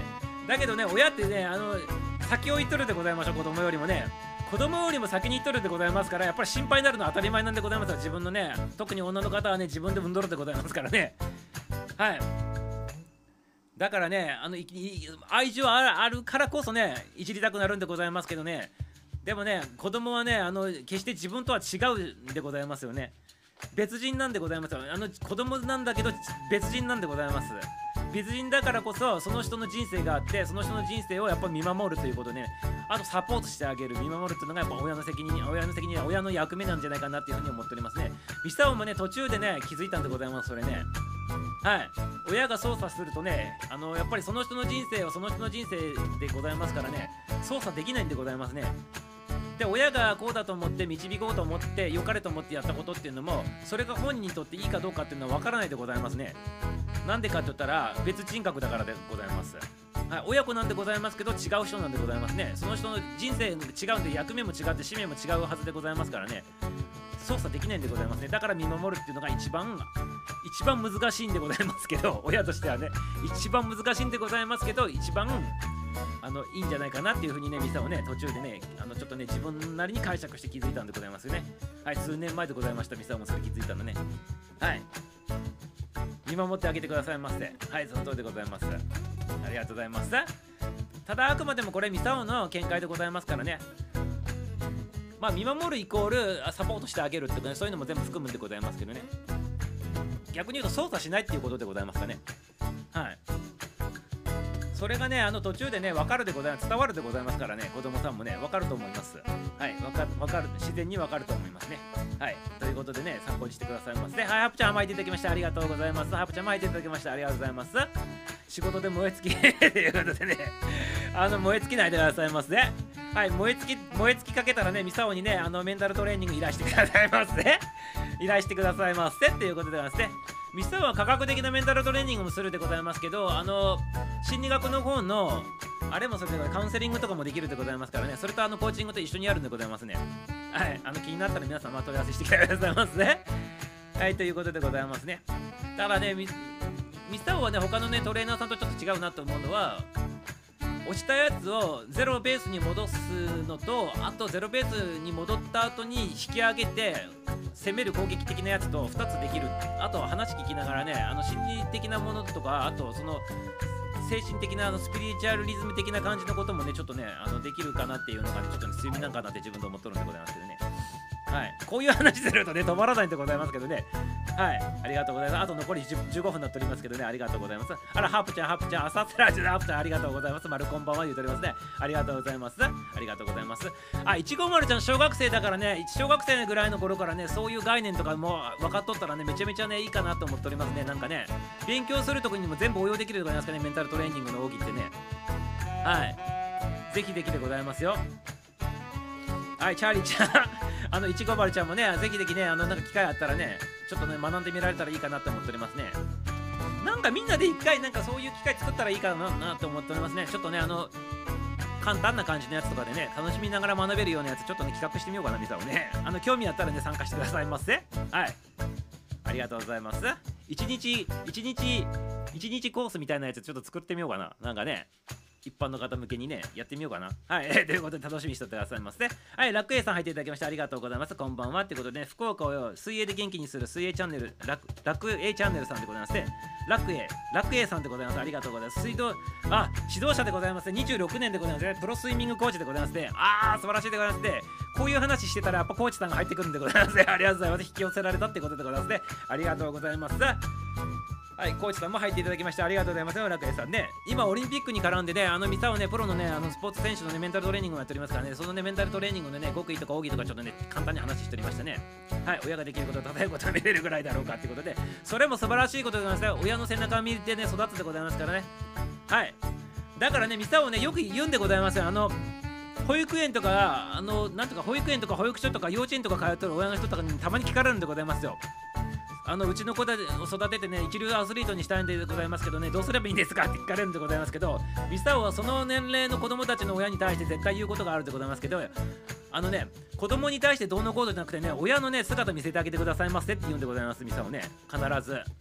だけどね、親ってね、あの先を言っとるでございましょう。子供よりもね、子供よりも先に言っとるでございますから、やっぱり心配になるのは当たり前なんでございますよ。自分のね、特に女の方はね、自分で産んどるでございますからね。はい。だからね、あのいい愛情ある、あるからこそね、いじりたくなるんでございますけどね。でもね、子供はね、あの決して自分とは違うんでございますよね。別人なんでございますよ。あの子供なんだけど別人なんでございます。別人だからこそ、その人の人生があって、その人の人生をやっぱ見守るということで、ね、あとサポートしてあげる、見守るっていうのがやっぱ親の責任、親の責任、親の役目なんじゃないかなっていうふうに思っておりますね。ミサオもね、途中でね、気づいたんでございます、それね。はい、親が操作するとね、あのやっぱりその人の人生をその人の人生でございますからね、操作できないんでございますね。で、親がこうだと思って導こうと思って良かれと思ってやったことっていうのも、それが本人にとっていいかどうかっていうのは分からないでございますね。なんでかって言ったら別人格だからでございます。はい、親子なんでございますけど違う人なんでございますね。その人の人生違うんで、役目も違って使命も違うはずでございますからね、操作できないんでございますね。だから見守るっていうのが一番一番難しいんでございますけど、親としてはね一番難しいんでございますけど、一番あのいいんじゃないかなっていうふうにね、ミサをね途中でね、あのちょっとね自分なりに解釈して気づいたんでございますよね。はい、数年前でございました。ミサもそれ気づいたのね。はい、見守ってあげてくださいませ。はい、その通りでございます。ありがとうございます。ただあくまでもこれミサオの見解でございますからね。まあ見守るイコールサポートしてあげるっていうかね、そういうのも全部含むんでございますけどね。逆に言うと操作しないっていうことでございますかね。はい、それがね、あの途中でね分かるでございます。伝わるでございますからね、子供さんもね分かると思います。はい、分かる、分かる、自然に分かると思いますね。はい、ということでね、参考にしてくださいませ。はい、ハプちゃん巻いていただきましてありがとうございます。ハプちゃん巻いていただきましてありがとうございます。仕事で燃え尽きということでね、あの燃え尽きないでくださいませ。はい、燃え尽き燃え尽きかけたらね、ミサオにね、あのメンタルトレーニング依頼してくださいませ。依頼してくださいませっていうことでございますね。ミサオは科学的なメンタルトレーニングもするでございますけど、あの心理学の方のあれもそれでカウンセリングとかもできるでございますからね、それとあのコーチングと一緒にやるんでございますね。はい、あの気になったら皆様問い合わせしてきてくださいますね。はい、ということでございますね。ただね、ミサオはね、他のねトレーナーさんとちょっと違うなと思うのは、落ちたやつをゼロベースに戻すのと、あとゼロベースに戻った後に引き上げて攻める攻撃的なやつとふたつできる。あと話聞きながらね、あの心理的なものとか、あとその精神的なあのスピリチュアルリズム的な感じのこともね、ちょっとねあのできるかなっていうのがね、ちょっと、ね、強みなんかなって自分で思っとるんでございますけどね。はい、こういう話するとね止まらないんでございますけどね。はい、ありがとうございます。あと残りじゅうごふんになっておりますけどね、ありがとうございます。あら、ハープちゃん、ハープちゃん、朝セラジュハープちゃん、ありがとうございます。丸こんばんは言うとおりますね。ありがとうございます。ありがとうございます。あ、いちごまるちゃん、小学生だからね、小学生ぐらいの頃からね、そういう概念とかも分かっとったらね、めちゃめちゃね、いいかなと思っておりますね。なんかね、勉強するときにも全部応用できるでございますかね、メンタルトレーニングの奥義ってね。はい、ぜひぜひでございますよ。はい、チャーリーちゃんあのいちごまるちゃんもね、ぜひぜひね、あのなんか機会あったらね、ちょっとね学んでみられたらいいかなと思っておりますね。なんかみんなで一回なんかそういう機会作ったらいいかななと思っておりますね。ちょっとね、あの簡単な感じのやつとかでね、楽しみながら学べるようなやつちょっとね企画してみようかな、みさをね。あの興味あったらね参加してくださいませ。はい、ありがとうございます。一日一日一日コースみたいなやつちょっと作ってみようかな。なんかね、一般の方向けにね、やってみようかな。はい、ということで楽しみにしておいてくださいませ。はい、楽栄さん入っていただきましてありがとうございます。こんばんは。ということで、ね、福岡を水泳で元気にする水泳チャンネル、楽、楽栄チャンネルさんでございますね。楽栄、楽栄さんでございます。ありがとうございます。水道、あ、指導者でございます。にじゅうろくねんでございますね。プロスイミングコーチでございますね。あー、素晴らしいでございますね。こういう話してたら、やっぱコーチさんが入ってくるんでございますね。ありがとうございます。引き寄せられたってことでございますね。ありがとうございます。はい、コーチさんも入っていただきましてありがとうございますよ、楽栄さんね。今オリンピックに絡んでね、あのミサをね、プロのね、あのスポーツ選手のね、メンタルトレーニングをやっておりますからね、そのね、メンタルトレーニングのね、極意とか奥義とかちょっとね、簡単に話しておりましたね。はい、親ができること、例えることが見れるぐらいだろうかっていうことで、それも素晴らしいことでございますね。親の背中を見てね、育つでございますからね。はい。だからね、ミサをね、よく言うんでございますよ。あの、保育園とか、あの、なんとか保育園とか保育所とか幼稚園とか通ってる親の人とかにたまに聞かれるんでございますよ。あのうちの子を育ててね、一流アスリートにしたいんでございますけどね、どうすればいいんですかって聞かれるんでございますけど、ミサオはその年齢の子供たちの親に対して絶対言うことがあるでございますけど、あのね、子供に対してどうのこうのじゃなくてね、親のね、姿見せてあげてくださいませって言うんでございます、ミサオね、必ず。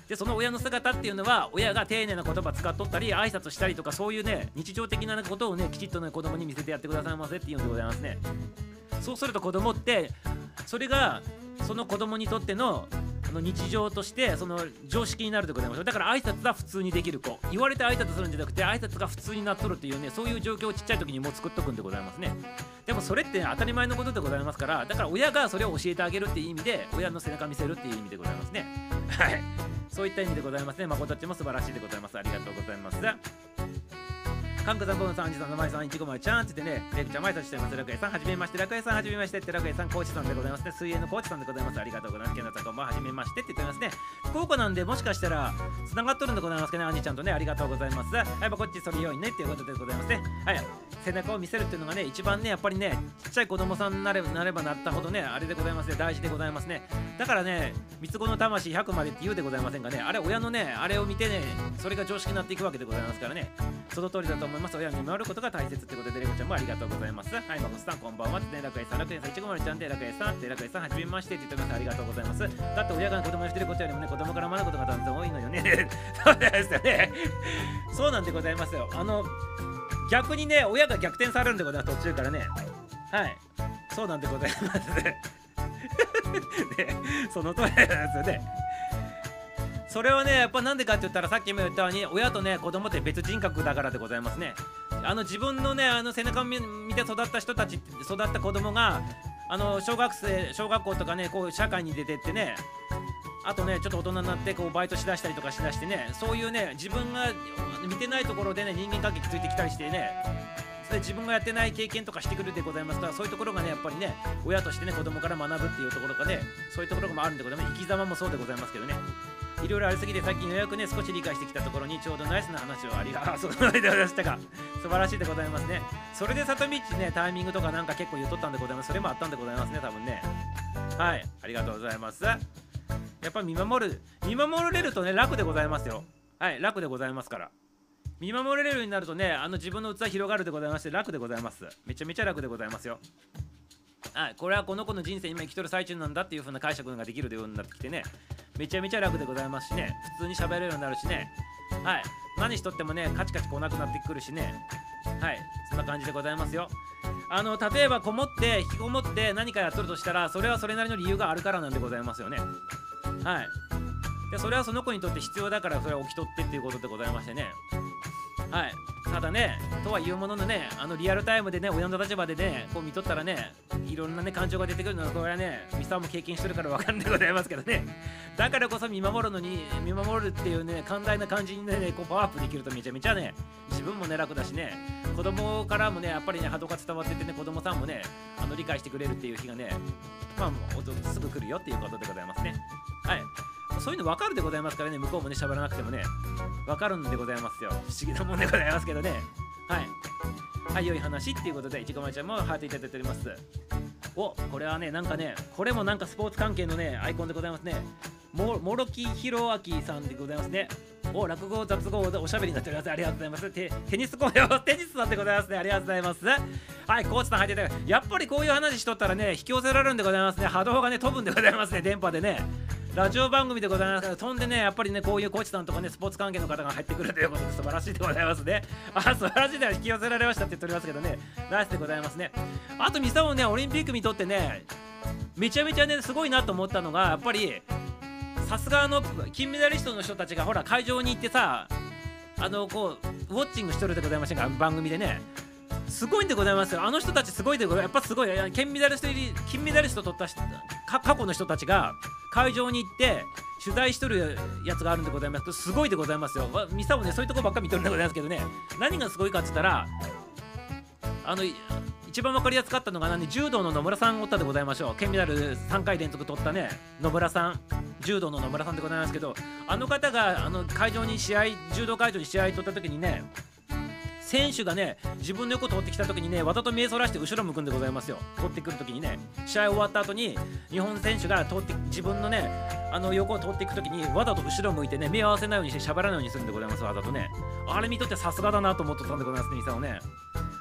でその親の姿っていうのは親が丁寧な言葉使っとったり挨拶したりとかそういうね日常的なことをねきちっとね子供に見せてやってくださいませっていうんでございますね。そうすると子供ってそれがその子供にとってのあの日常としてその常識になるでございます。だから挨拶は普通にできる子、言われて挨拶するんじゃなくて挨拶が普通になっとるっていうねそういう状況をちっちゃい時にもう作っとくんでございますね。でもそれって、ね、当たり前のことでございますから、だから親がそれを教えてあげるっていう意味で親の背中見せるっていう意味でございますね。はい、そういった意味でございますね。誠っちも素晴らしいでございます。ありがとうございます。カンクさん、ボンさん、アンジさん、のまいさん、いちごまるちゃんって言ってね、レクちゃん、まいさんしてます。ラクエさん、はじめまして、ラクエさん、はじめましてって、ラクエさん、コーチさんでございますね。水泳のコーチさんでございます。ありがとうございます。ケンナさん、こんばんは、はじめましてって言ってますね。福岡なんで、もしかしたら、繋がっとるんでございますかね、アンジちゃんとね、ありがとうございます。はい、こっちそれ良いねっていうことでございますね。はい、背中を見せるっていうのがね、一番ね、やっぱりね、ちっちゃい子供さんになればなればなったほどね、あれでございますね、大事でございますね。だからね、三つ子の魂ひゃくまでって言うでございませんがね、あれ、親のね、あれを見てね、それが常識になっていくわけでございますからね、その通りだと思います。親を見守ることが大切ってことで、レコちゃんもありがとうございます。はい、まこさん、こんばんはってね、ラクエさん、ラクエさん、いちごまるちゃんで、ラクエさんって、ラクエさん、はじめましてって言ってます。ありがとうございます。だって親が子供にしてることよりもね、子供から学ぶことが断然多いのよね。そうですよね。そうなんでございますよ。あの、逆にね、親が逆転されるんでございます、途中からね。はい、そうなんでございますね。ね、その通りですよね。それはね、やっぱなんでかって言ったら、さっきも言ったように親とね子供って別人格だからでございますね。あの自分のねあの背中を見て育った人たち、育った子供があの小学生小学校とかねこう社会に出てってね、あとねちょっと大人になってこうバイトしだしたりとかしだしてね、そういうね自分が見てないところでね人間関係築いてきたりしてね、それ自分がやってない経験とかしてくるでございますから、そういうところがねやっぱりね親としてね子供から学ぶっていうところがね、そういうところもあるんでございます。生き様もそうでございますけどね、いろいろありすぎて最近ようやくね少し理解してきたところにちょうどナイスな話をありがとうございましたが、素晴らしいでございますね。それで里道ねタイミングとかなんか結構言っとったんでございます。それもあったんでございますね多分ね。はい、ありがとうございます。やっぱ見守る見守られるとね楽でございますよ。はい、楽でございますから、見守れるようになるとねあの自分の器広がるでございまして楽でございます。めちゃめちゃ楽でございますよ。はい、これはこの子の人生今生きとる最中なんだっていう風な解釈ができるようになってきてね、めちゃめちゃ楽でございますしね、普通に喋れるようになるしね、はい、何しとってもねカチカチ来なくなってくるしね、はい、そんな感じでございますよ。あの例えばこもって引きこもって何かやっとるとしたらそれはそれなりの理由があるからなんでございますよね。はい、でそれはその子にとって必要だからそれは起きとってっていうことでございましてね。はい、ただねとはいうもののねあのリアルタイムでね親の立場でねこう見とったらねいろんなね感情が出てくるのはこれはねミサも経験してるから分かるんでございますけどね、だからこそ見守るのに見守るっていうね寛大な感じにねこうパワーアップできるとめちゃめちゃね自分もね楽だしね、子供からもねやっぱりね波動が伝わっててね子供さんもねあの理解してくれるっていう日がねまあもうすぐ来るよっていうことでございますね。はい、そういうの分かるでございますからね、向こうもね喋らなくてもね分かるんでございますよ。不思議なもんでございますけどね。はいはい、良い話っていうことでいちごまちゃんもハートいただいております。お、これはねなんかねこれもなんかスポーツ関係のねアイコンでございますね。ももろきひろあきさんでございますね。お、落語雑語でおしゃべりになっております。ありがとうございます。テ, テニスコーテニスさんでございますね。ありがとうございます。はい、コーチさん入っててやっぱりこういう話しとったらね引き寄せられるんでございますね。波動がね飛ぶんでございますね、電波でね。ラジオ番組でございますから飛んでねやっぱりねこういうコーチさんとかねスポーツ関係の方が入ってくるということで素晴らしいでございますね。あ、素晴らしいでは引き寄せられましたって言っておりますけどね、ナイスでございますね。あとミサもねオリンピックにとってねめちゃめちゃねすごいなと思ったのがやっぱりさすがあの金メダリストの人たちがほら会場に行ってさあのこうウォッチングしとるでございませんか、番組でね。すごいんでございますよ。あの人たちすごいでございます。やっぱすごい金メダリスト入り金メダリスト取った人か過去の人たちが会場に行って取材しとるやつがあるんでございますけどすごいでございますよ。ミサもねそういうとこばっか見とるんでございますけどね、何がすごいかって言ったらあの一番分かりやすかったのが何柔道の野村さんおったでございましょう。金メダルさんかい連続取ったね野村さん、柔道の野村さんでございますけど、あの方があの会場に試合柔道会場に試合取った時にね選手がね自分の横通ってきた時にねわざと目そらして後ろ向くんでございますよ。通ってくる時にね試合終わった後に日本選手が通って自分のねあの横を通っていく時にわざと後ろ向いてね目を合わせないようにして喋らないようにするんでございます。わざとねあれ見とってさすがだなと思ってたんでございますね、ミサをね。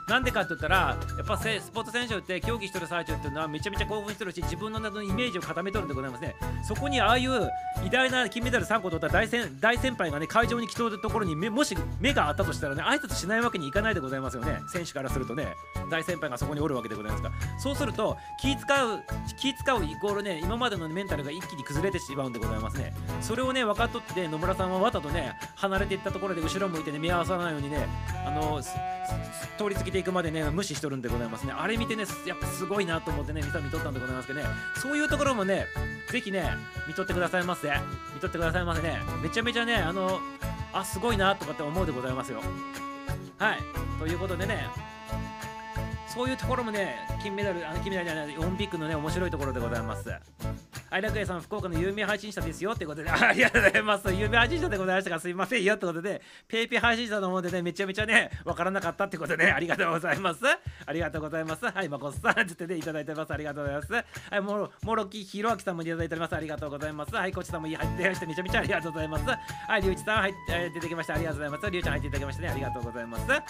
なんでかって言ったら、やっぱせスポーツ選手って競技してる最中っていうのはめちゃめちゃ興奮してるし、自分の中のイメージを固めとるんでございますね。そこにああいう偉大な金メダルさんこ取った大先大先輩がね、会場に来とるところに目もし目があったとしたらね、挨拶しないわけにいかないでございますよね。選手からするとね、大先輩がそこにおるわけでございますから。そうすると気使う気使うイコールね、今までのメンタルが一気に崩れてしまうんでございますね。それをね分かっとって、野村さんはわざとね離れていったところで後ろ向いてね、目合わさないようにね、あの通り過ぎていくまでね無視しとるんでございますね。あれ見てね、やっぱすごいなと思ってね、見た見とったんでございますけどね、そういうところもねぜひね見とってくださいませ。見とってくださいませね。めちゃめちゃね、あのあすごいなとかって思うでございますよ。はい、ということでね、そういうところもね、金メダル、あの金メダルじゃない、オリンピックのね面白いところでございます。はい、楽屋さん、福岡の有名配信者ですよってことで、ありがとうございます。有名配信者でございましたが、すいませんよってことで、ペイペイ配信者の方でね、めちゃめちゃね、わからなかったってことで、ね、ありがとうございます。ありがとうございます。はい、まこさんつってね、いただいてます。ありがとうございます。はい、もろ、もろきひろあきさんもいただいております。ありがとうございます。はい、こちさんも入ってまして、めちゃめちゃありがとうございます。はい、りゅういちさん入って、出てきました。ありがとうございます。りゅうちゃん入っていただきましてね、ありがとうございます。はい、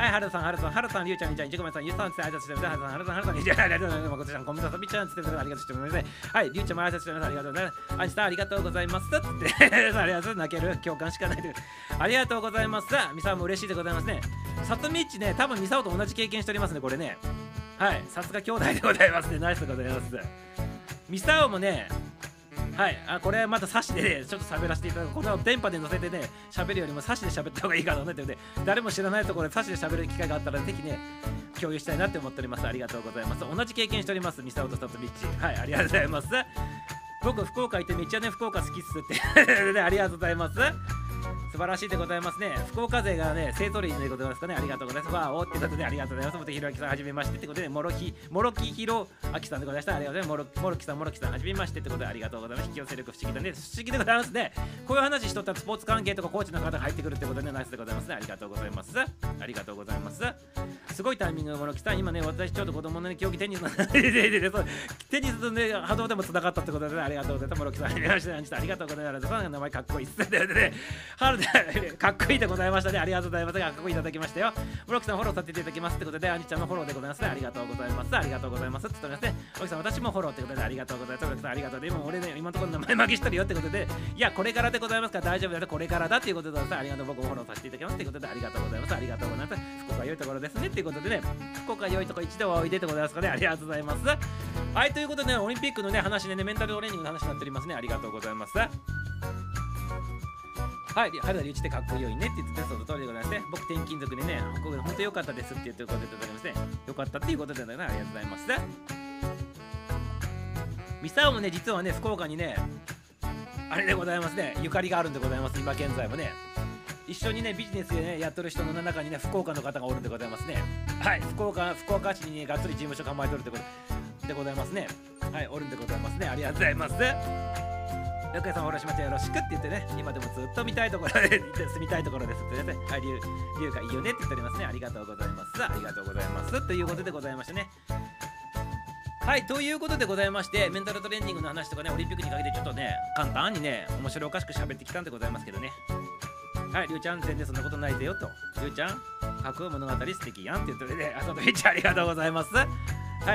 はるさん、はるさん、はるさん、りゅうちゃん、りゅうちゃん、いちごめんさん、ゆうさんつって、ありがとうございます。はるさん、はるさん、はるさん、りゅうちゃん、ありがとうございます。まこちゃん、コメントさびちゃんつって、ありがとうございます。はい、りゅうちゃんもありがとうございます。ありがとうございます。あんしたありがとうございますってありがとうございます。泣ける共感しかないでありがとうございます。ミサオも嬉しいでございますね。サトミッチね、多分ミサオと同じ経験しておりますね、これね。はい、さすが兄弟でございますね。ナイスでございます。ミサオもね、はい、あこれまた差しでね、ちょっと喋らせていただく。この電波で載せてね、喋るよりも差しで喋った方がいいかなというので、誰も知らないところで差しで喋る機会があったら、ぜひね、共有したいなって思っております。ありがとうございます。同じ経験しております、ミサオとサトミッチ。はい、ありがとうございます。僕、福岡行ってめっちゃね、福岡好きっすってありがとうございます。素晴らしいでございますね。福岡勢がね、勢ぞろいでございますかね。ありがとうございます。わーおってことでありがとうございます。もとひろあきさん、はじめましてってことで、もろき、もろきひろあきさんでございました。ありがとうございます。もろきさん、もろきさん、はじめましてってことでありがとうございます。引き寄せ力不思議だね。不思議でございますね。こういう話しとったらスポーツ関係とかコーチの方が入ってくるってことで、ナイスでございますね。ありがとうございます。ありがとうございます。すごいタイミングのもろきさん、今ね、私ちょっと子供のね、競技テニスのテニスとね、波動でもつながったってことで、ね、ありがとうございます。もろきさん、はじめまして、ありがとうございます。名前かっこいいっすね。春でかっこいいでございましたね。ありがとうございます。かっこいいいただきましたよ。もろきさん、フォローさせていただきますってことで、あにちゃんのフォローでございますね。ありがとうございます。ありがとうございますって言っておりますね。もろきさん、私もフォローってことで、ありがとうございます。もろきさん、ありがとうで、今俺ね、今のところ名前負けしてるよってことで、いや、これからでございますから大丈夫だよ。これからだっていうことで、ありがとう。僕もフォローさせていただきますってことで、ありがとうございます。ありがとうございます。福岡良いところですねっていうことでね、福岡良いところ一度はおいででございますかね。ありがとうございます。はい、ということでね、オリンピックのね、話でね、メンタルトレーニングの話になっておりますね。ありがとうございます。はい、原田隆一ってかっこいいねって言ってたその通りでございますね。僕、転勤族でね、本当良かったですって言ってることでございますね。良かったっていうことでね、ありがとうございます。ミサオもね、実はね、福岡にね、あれでございますね、ゆかりがあるんでございます、今現在もね。一緒にね、ビジネスでね、やってる人の中にね、福岡の方がおるんでございますね。はい、福岡、福岡市にね、がっつり事務所構えとるってことでございますね。はい、おるんでございますね。ありがとうございます。楽屋さん、おろしまちよろしくって言ってね、今でもずっと見たいところで住みたいところですってね、はい、龍龍がいいよねって言っておりますね。ありがとうございます。ありがとうございます。ということでございましてね。はい、ということでございまして、メンタルトレーニングの話とかね、オリンピックにかけてちょっとね、簡単にね、面白おかしく喋ってきたんでございますけどね。はい、りゅうちゃん、全然そんなことないぜよと。りゅうちゃん、架空物語素敵やんって言ってね、あとめっちゃありがとうございます。はい、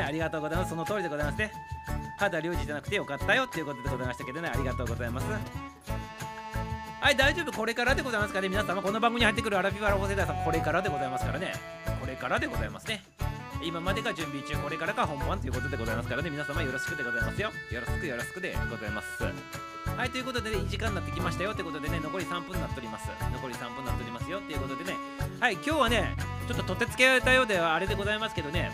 ありがとうございます。その通りでございますね。肌隆二じゃなくてよかったよっていうことでございましたけどね、ありがとうございます。はい、大丈夫、これからでございますからね、皆様、この番組に入ってくるアラフィフアラフォー世代さん、これからでございますからね、これからでございますね。今までが準備中、これからが本番ということでございますからね、皆様よろしくでございますよ。よろしくよろしくでございます。はい、ということでね、いい時間になってきましたよということでね、残りさんぷんになっております。残りさんぷんになっておりますよっていうことでね、はい、今日はね、ちょっと取ってつけられたようではあれでございますけどね、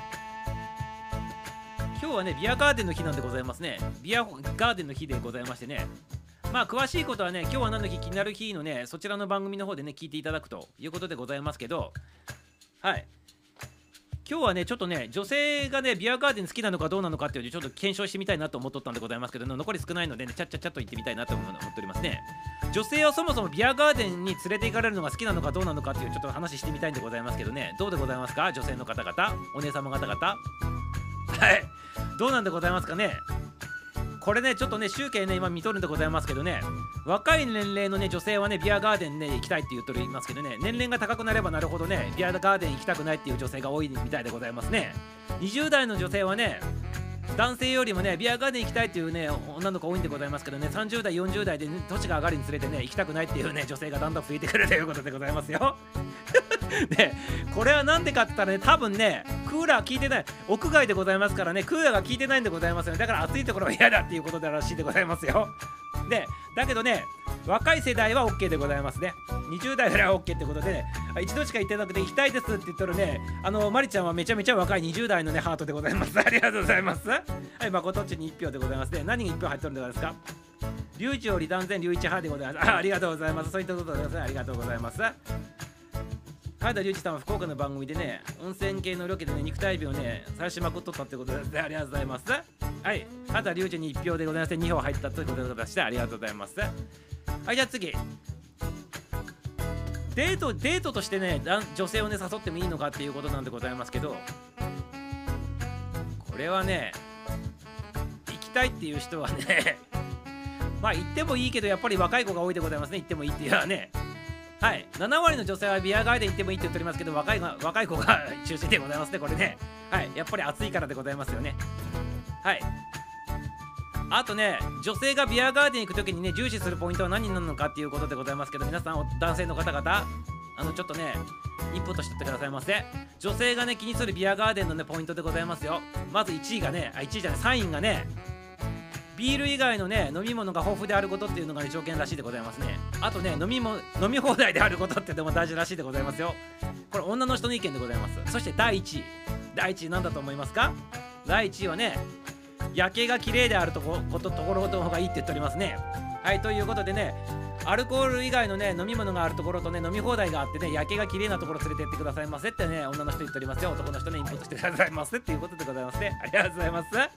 今日はね、ビアガーデンの日なんでございますね。ビアガーデンの日でございましてね。まあ、詳しいことはね、今日は何の日、気になる日のね、そちらの番組の方でね、聞いていただくということでございますけど、はい。今日はね、ちょっとね、女性がね、ビアガーデン好きなのかどうなのかっていうのをちょっと検証してみたいなと思っとったんでございますけど、残り少ないのでね、ちゃっちゃっちゃっと行ってみたいなと思っておりますね。女性はそもそもビアガーデンに連れて行かれるのが好きなのかどうなのかっていうちょっと話してみたいんでございますけどね、どうでございますか、女性の方々、お姉様方々。はい。どうなんでございますかね。これね、ちょっとね、集計ね、今見とるんでございますけどね、 若い年齢のね女性はねビアガーデンね行きたいって言っていますけどね、年齢が高くなればなるほどねビアガーデン行きたくないっていう女性が多いみたいでございますね。にじゅう代の女性はね男性よりもねビアガーデン行きたいっていうね女の子多いんでございますけどね、さんじゅう代よんじゅう代で、ね、年が上がるにつれてね行きたくないっていうね女性がだんだん増えてくるということでございますよ。でこれはなんでかって言ったらね、多分ねクーラー効いてない、屋外でございますからねクーラーが効いてないんでございますよね。だから暑いところが嫌だっていうことらしいでございますよ。でだけどね若い世代は OK でございますね。にじゅう代ぐらいは OK ってことで、ね、一度しか行ってなくて行きたいですって言ったらね、あのマリちゃんはめちゃめちゃ若いにじゅう代のねハートでございます。ありがとうございます。はい、まことっちにいち票でございますね。何がいち票入ってるんでございますか。リュウジより断然リュウイチ派でございます。 あ, ありがとうございます。そういったことでございます。ありがとうございます。原田龍一さんは福岡の番組でね温泉系のロケでね肉体美をね晒しまくっとったってことですね。ありがとうございます。はい、原田龍一にいち票でございましてに票入ったということでございまして、ありがとうございます。はい、じゃあ次デートデートとしてね女性をね誘ってもいいのかっていうことなんでございますけど、これはね行きたいっていう人はねまあ行ってもいいけどやっぱり若い子が多いでございますね。行ってもいいっていうのはね、はい、なな割の女性はビアガーデン行ってもいいって言っておりますけど、若いが若い子が中心でございますね。これね、はい、やっぱり暑いからでございますよね。はい、あとね女性がビアガーデン行くときにね重視するポイントは何になるのかっていうことでございますけど、皆さん男性の方々あのちょっとねインプットしてってくださいませ。女性がね気にするビアガーデンのねポイントでございますよ。まずいちいがねあいちいじゃないさんいがねビール以外のね飲み物が豊富であることっていうのが、ね、条件らしいでございますね。あとね飲みも飲み放題であることっていうのも大事らしいでございますよ。これ女の人の意見でございます。そしてだいいちいだいいちい何だと思いますか。だいいちいはね夜景が綺麗であるところところの方がいいって言っておりますね。はい、ということでねアルコール以外のね飲み物があるところとね飲み放題があってね夜景が綺麗なところ連れてってくださいませってね女の人言っておりますよ。男の人ねインプットしてくださいませっていうことでございますね。ありがとうございます。はい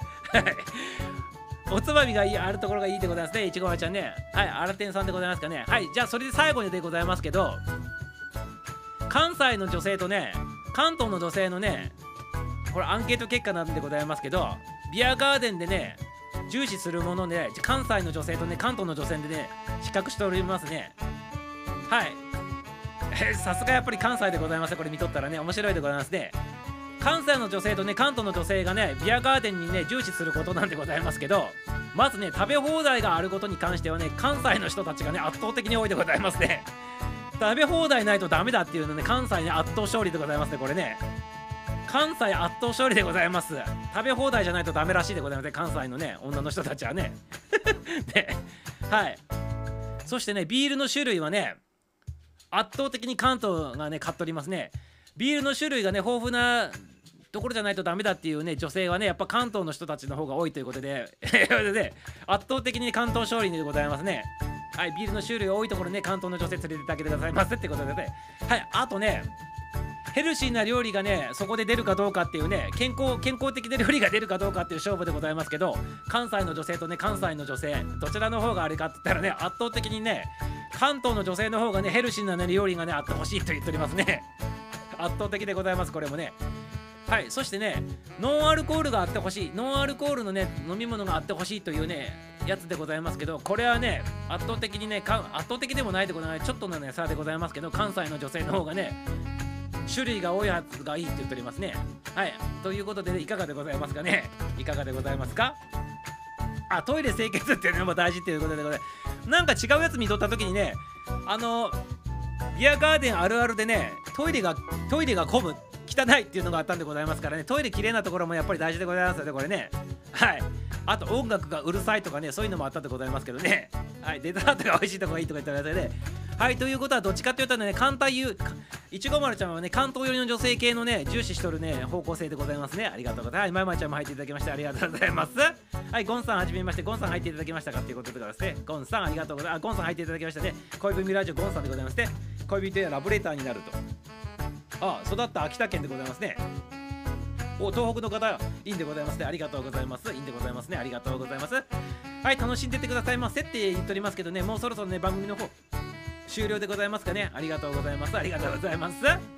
おつまみがいいあるところがいいでございますね。いちごまちゃんね、はい、あらてんさんでございますかね。はい、じゃあそれで最後にでございますけど、関西の女性とね関東の女性のねこれアンケート結果なんでございますけど、ビアガーデンでね重視するもので関西の女性とね関東の女性でね比較しておりますね。はいさすがやっぱり関西でございます。これ見とったらね面白いでございますね。関西の女性とね関東の女性がねビアガーデンにね重視することなんでございますけど、まずね食べ放題があることに関してはね関西の人たちがね圧倒的に多いでございますね。食べ放題ないとダメだっていうのね関西に圧倒勝利でございますね。これね関西圧倒勝利でございます。食べ放題じゃないとダメらしいでございますね関西のね女の人たちはねではい、そしてねビールの種類はね圧倒的に関東がね買っておりますね。ビールの種類がね豊富なところじゃないとダメだっていうね女性はねやっぱ関東の人たちの方が多いということでで圧倒的に関東勝利でございますね。はい、ビールの種類が多いところね関東の女性連れてってあげてくださいませってことでね、はい、あとねヘルシーな料理がねそこで出るかどうかっていうね健康健康的な料理が出るかどうかっていう勝負でございますけど、関西の女性とね関西の女性どちらの方があれかって言ったらね圧倒的にね関東の女性の方がねヘルシーな、ね、料理がねあってほしいと言っておりますね。圧倒的でございますこれもね。はい、そしてねノンアルコールがあってほしいノンアルコールのね飲み物があってほしいというねやつでございますけど、これはね圧倒的にね圧倒的でもないでございます。ちょっとのね差でございますけど関西の女性の方がね種類が多いやつがいいって言っておりますね。はい、ということで、ね、いかがでございますかね。いかがでございますか。あ、トイレ清潔っていうのも大事っていうことでございます。なんか違うやつ見とった時にねあのビアガーデンあるあるでねトイレがトイレが混む汚いっていうのがあったんでございますからね、トイレきれいなところもやっぱり大事でございますよねこれね。はい、あと音楽がうるさいとかねそういうのもあったでございますけどね。はい、デザートが美味しいとこがいいとか言ってくださいね。はい、ということはどっちかって言ったらね関東優いちごまるちゃんはね関東寄りの女性系のね重視しとるね方向性でございますね。ありがとうございます。はい、まいまいちゃんも入っていただきましてありがとうございます。はい、ゴンさんはじめまして。ゴンさん入っていただきましたかっていうことでございますね。ゴンさんありがとうございます。あ、ゴンさん入っていただきましたね。恋文ラジオゴンさんでございますね。恋人やラブレターになると。あ、育った秋田県でございますね。お、東北の方いいんでございますね。ありがとうございます。いいんでございますね。ありがとうございます。はい、楽しんでってくださいませって言っておりますけどね、もうそろそろね番組の方終了でございますかね。ありがとうございます。ありがとうございます。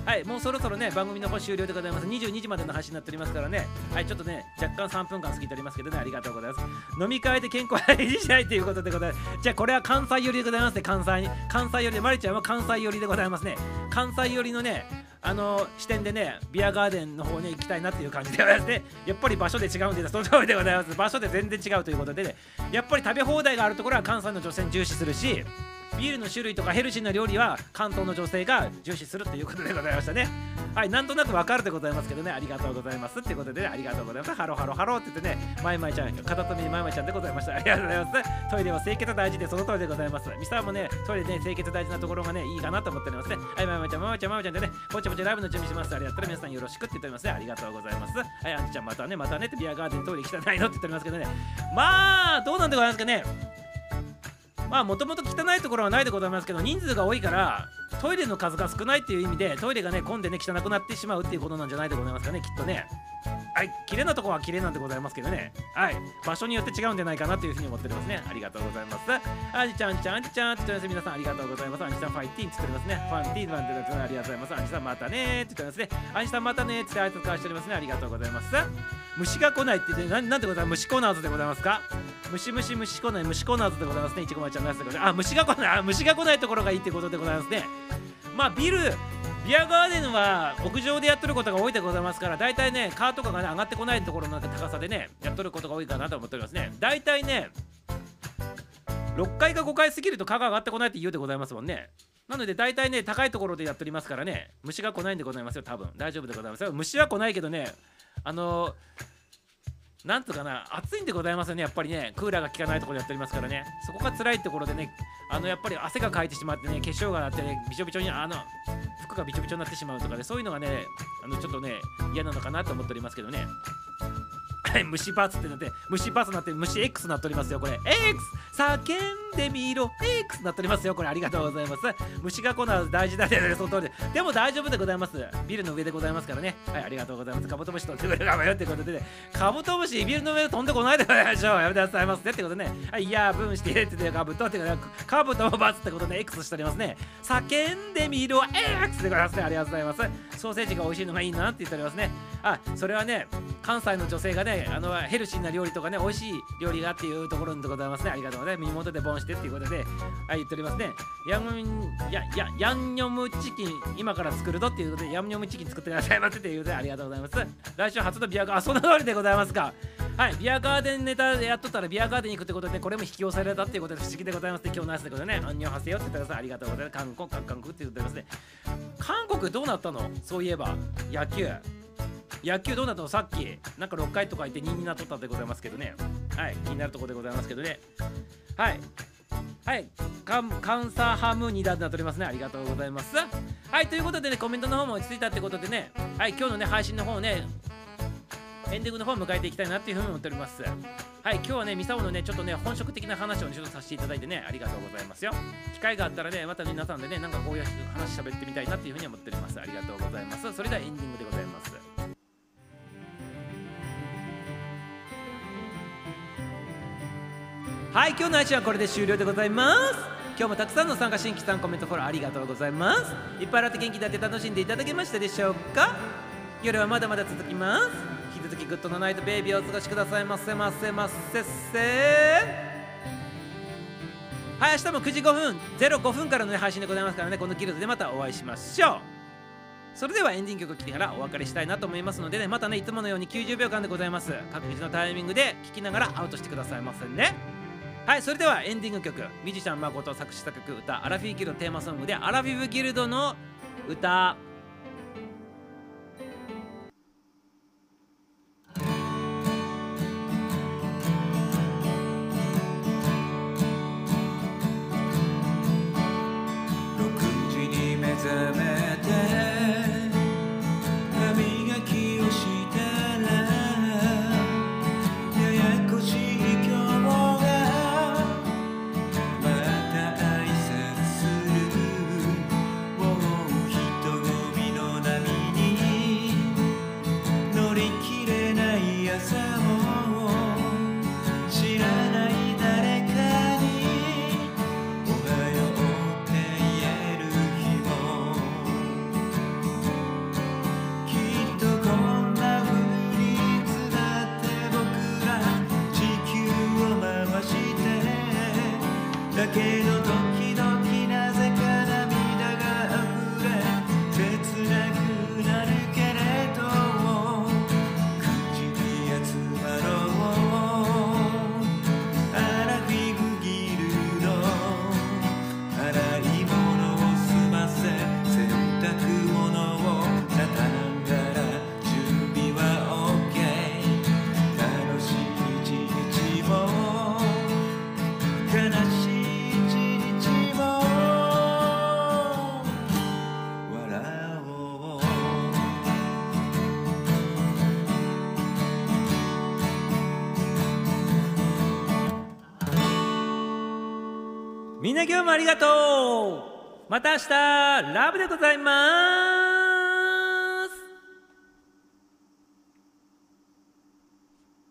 はい、もうそろそろね番組の方終了でございます。にじゅうにじまでの配信になっておりますからね。はい、ちょっとね若干さんぷんかん過ぎておりますけどね、ありがとうございます。飲み会で健康を維持したいということでございます。じゃあこれは関西寄りでございますね。関西に関西寄りで、まりちゃんは関西寄りでございますね。関西寄りのねあの視点でねビアガーデンの方に行きたいなっていう感じでございますね。やっぱり場所で違うんで、その通りでございます。場所で全然違うということでね、やっぱり食べ放題があるところは関西の女性に重視するし、ビールの種類とかヘルシーな料理は関東の女性が重視するということでございましたね。はい、なんとなくわかるでございますけどね、ありがとうございますっていうことで、ね、ありがとうございます。ハロハロハロって言ってね、まいまいちゃん、片富まいまいちゃんでございました。ありがとうございます。トイレは清潔大事で、その通りでございます。ミサもね、トイレね、清潔大事なところがね、いいかなと思っておりますね。はい、まいまいちゃん、まいまいちゃん、まいまいちゃんでね、ぼちぼちライブの準備します。ありがとう。皆さんよろしくって言っておりますね。ありがとうございます。はい、アンチちゃん、またね、またねってビアガーデントイレ行きたないのって言っておりますけどね、まあ、どうなんでございますかね。まあもともと汚いところはないでございますけど、人数が多いからトイレの数が少ないっていう意味でトイレがね混んでね汚くなってしまうっていうことなんじゃないでございますかね、きっとね。はい、綺麗なところは綺麗なんでございますけどね、はい、場所によって違うんじゃないかなというふうに思っておりますね。ありがとうございます。アンジちゃん、アンジちゃん、アンジちゃんって言って皆さんありがとうございます。アンジさんファイティーンって言っておりますね。ファンティーンなんてありがとうございます。アンジさんまたねーって言っておりますね。アンジさんまたねーって挨拶交わしておりますね。ありがとうございます。虫が来ないって言って、ななんてございます、虫コーナーズでございますか。虫虫虫来ない虫コーナーズでございますね。いちごまちゃんのやつでございます。あ、虫が来ない、あ、虫が来ないところがいいってことでございますね。まあビルビアガーデンは屋上でやっとることが多いでございますから、大体ねカーとかがね上がってこないところの高さでねやっとることが多いかなと思っておりますね。大体ねろっかいかごかい過ぎると蚊が上がってこないって言うでございますもんね。なので大体ね高いところでやっておりますからね、虫が来ないんでございますよ。多分大丈夫でございますよ。虫は来ないけどね、あのーなんとかな、暑いんでございますよね。やっぱりねクーラーが効かないところでやっておりますからね、そこが辛いところでね、あのやっぱり汗がかいてしまってね、化粧があってね、びちょびちょにあの服がびちょびちょになってしまうとかね、そういうのがねあのちょっとね嫌なのかなと思っておりますけどね。虫バツってなって、虫バツになって、虫 X になっておりますよ。これ X 叫んでみろ X になっておりますよ。これありがとうございます。虫が来ない大事だね、その通りで。でも大丈夫でございます。ビルの上でございますからね。はい、ありがとうございます。カブトムシ飛んでくれるかもよってことでね、カブトムシビルの上飛んでこないでございましょう。やめてくださいませってことね。はい、いやー分してっててカブトってことで、カブトもバツってことで X しておりますね。叫んでみろ X でございますね。ありがとうございます。ソーセージが美味しいのがいいなって言っておりますね。あ、それはね関西の女性がねあのヘルシーな料理とかね美味しい料理がっていうところでございますね。ありがとうございます。耳元でボンしてっていうことで、はい、言っておりますね。ヤンややヤンニョムチキン今から作るぞっていうことで、ヤンニョムチキン作ってくださいませっていうことで、ありがとうございます。来週初のビアガー、あ、その通りでございますか。はい、ビアガーデンネタでやっとったらビアガーデンに行くってことで、これも引き寄せられたっていうことで不思議でございます。今日のやつでことでね、アンニョンハセヨって言ってください。ありがとうございます。韓国韓国って言ってますね。韓国どうなったの、そういえば野球野球どうなったの、さっきなんかろっかいとか行ってにになっとったでございますけどね。はい、気になるところでございますけどね。はいはいカンカンサハムにだになっておりますね。ありがとうございます。はい、ということでね、コメントの方も落ち着いたってことでね、はい、今日のね配信の方ねエンディングの方を迎えていきたいなっていうふうに思っております。はい、今日はねミサオのねちょっとね本職的な話を、ね、ちょっとさせていただいてね、ありがとうございますよ。機会があったらねまた皆さんでねなんかこういう話しゃべってみたいなっていうふうに思っております。ありがとうございます。それではエンディングでございます。はい、今日の配信はこれで終了でございます。今日もたくさんの参加、新規さん、コメント、フォローありがとうございます。いっぱい洗って元気になって楽しんでいただけましたでしょうか。夜はまだまだ続きます。引き続きグッドのナイトベイビーをお過ごしくださいませませませっせー。はい、明日もくじごふん、ゼロごふんからの、ね、配信でございますからね、このギルドでまたお会いしましょう。それではエンディング曲を聴きながらお別れしたいなと思いますのでね、またねいつものようにきゅうじゅうびょうかんでございます。各自のタイミングで聴きながらアウトしてくださいませね。はい、それではエンディング曲、ミュージシャン誠作詞作曲歌、アラフィーギルドテーマソングでアラフィフギルドの歌。 ろくじに目覚めて歯磨きをしたら、ややこしい今日挨拶する、もう人混みんな今日もありがとう。また明日ラブでございます。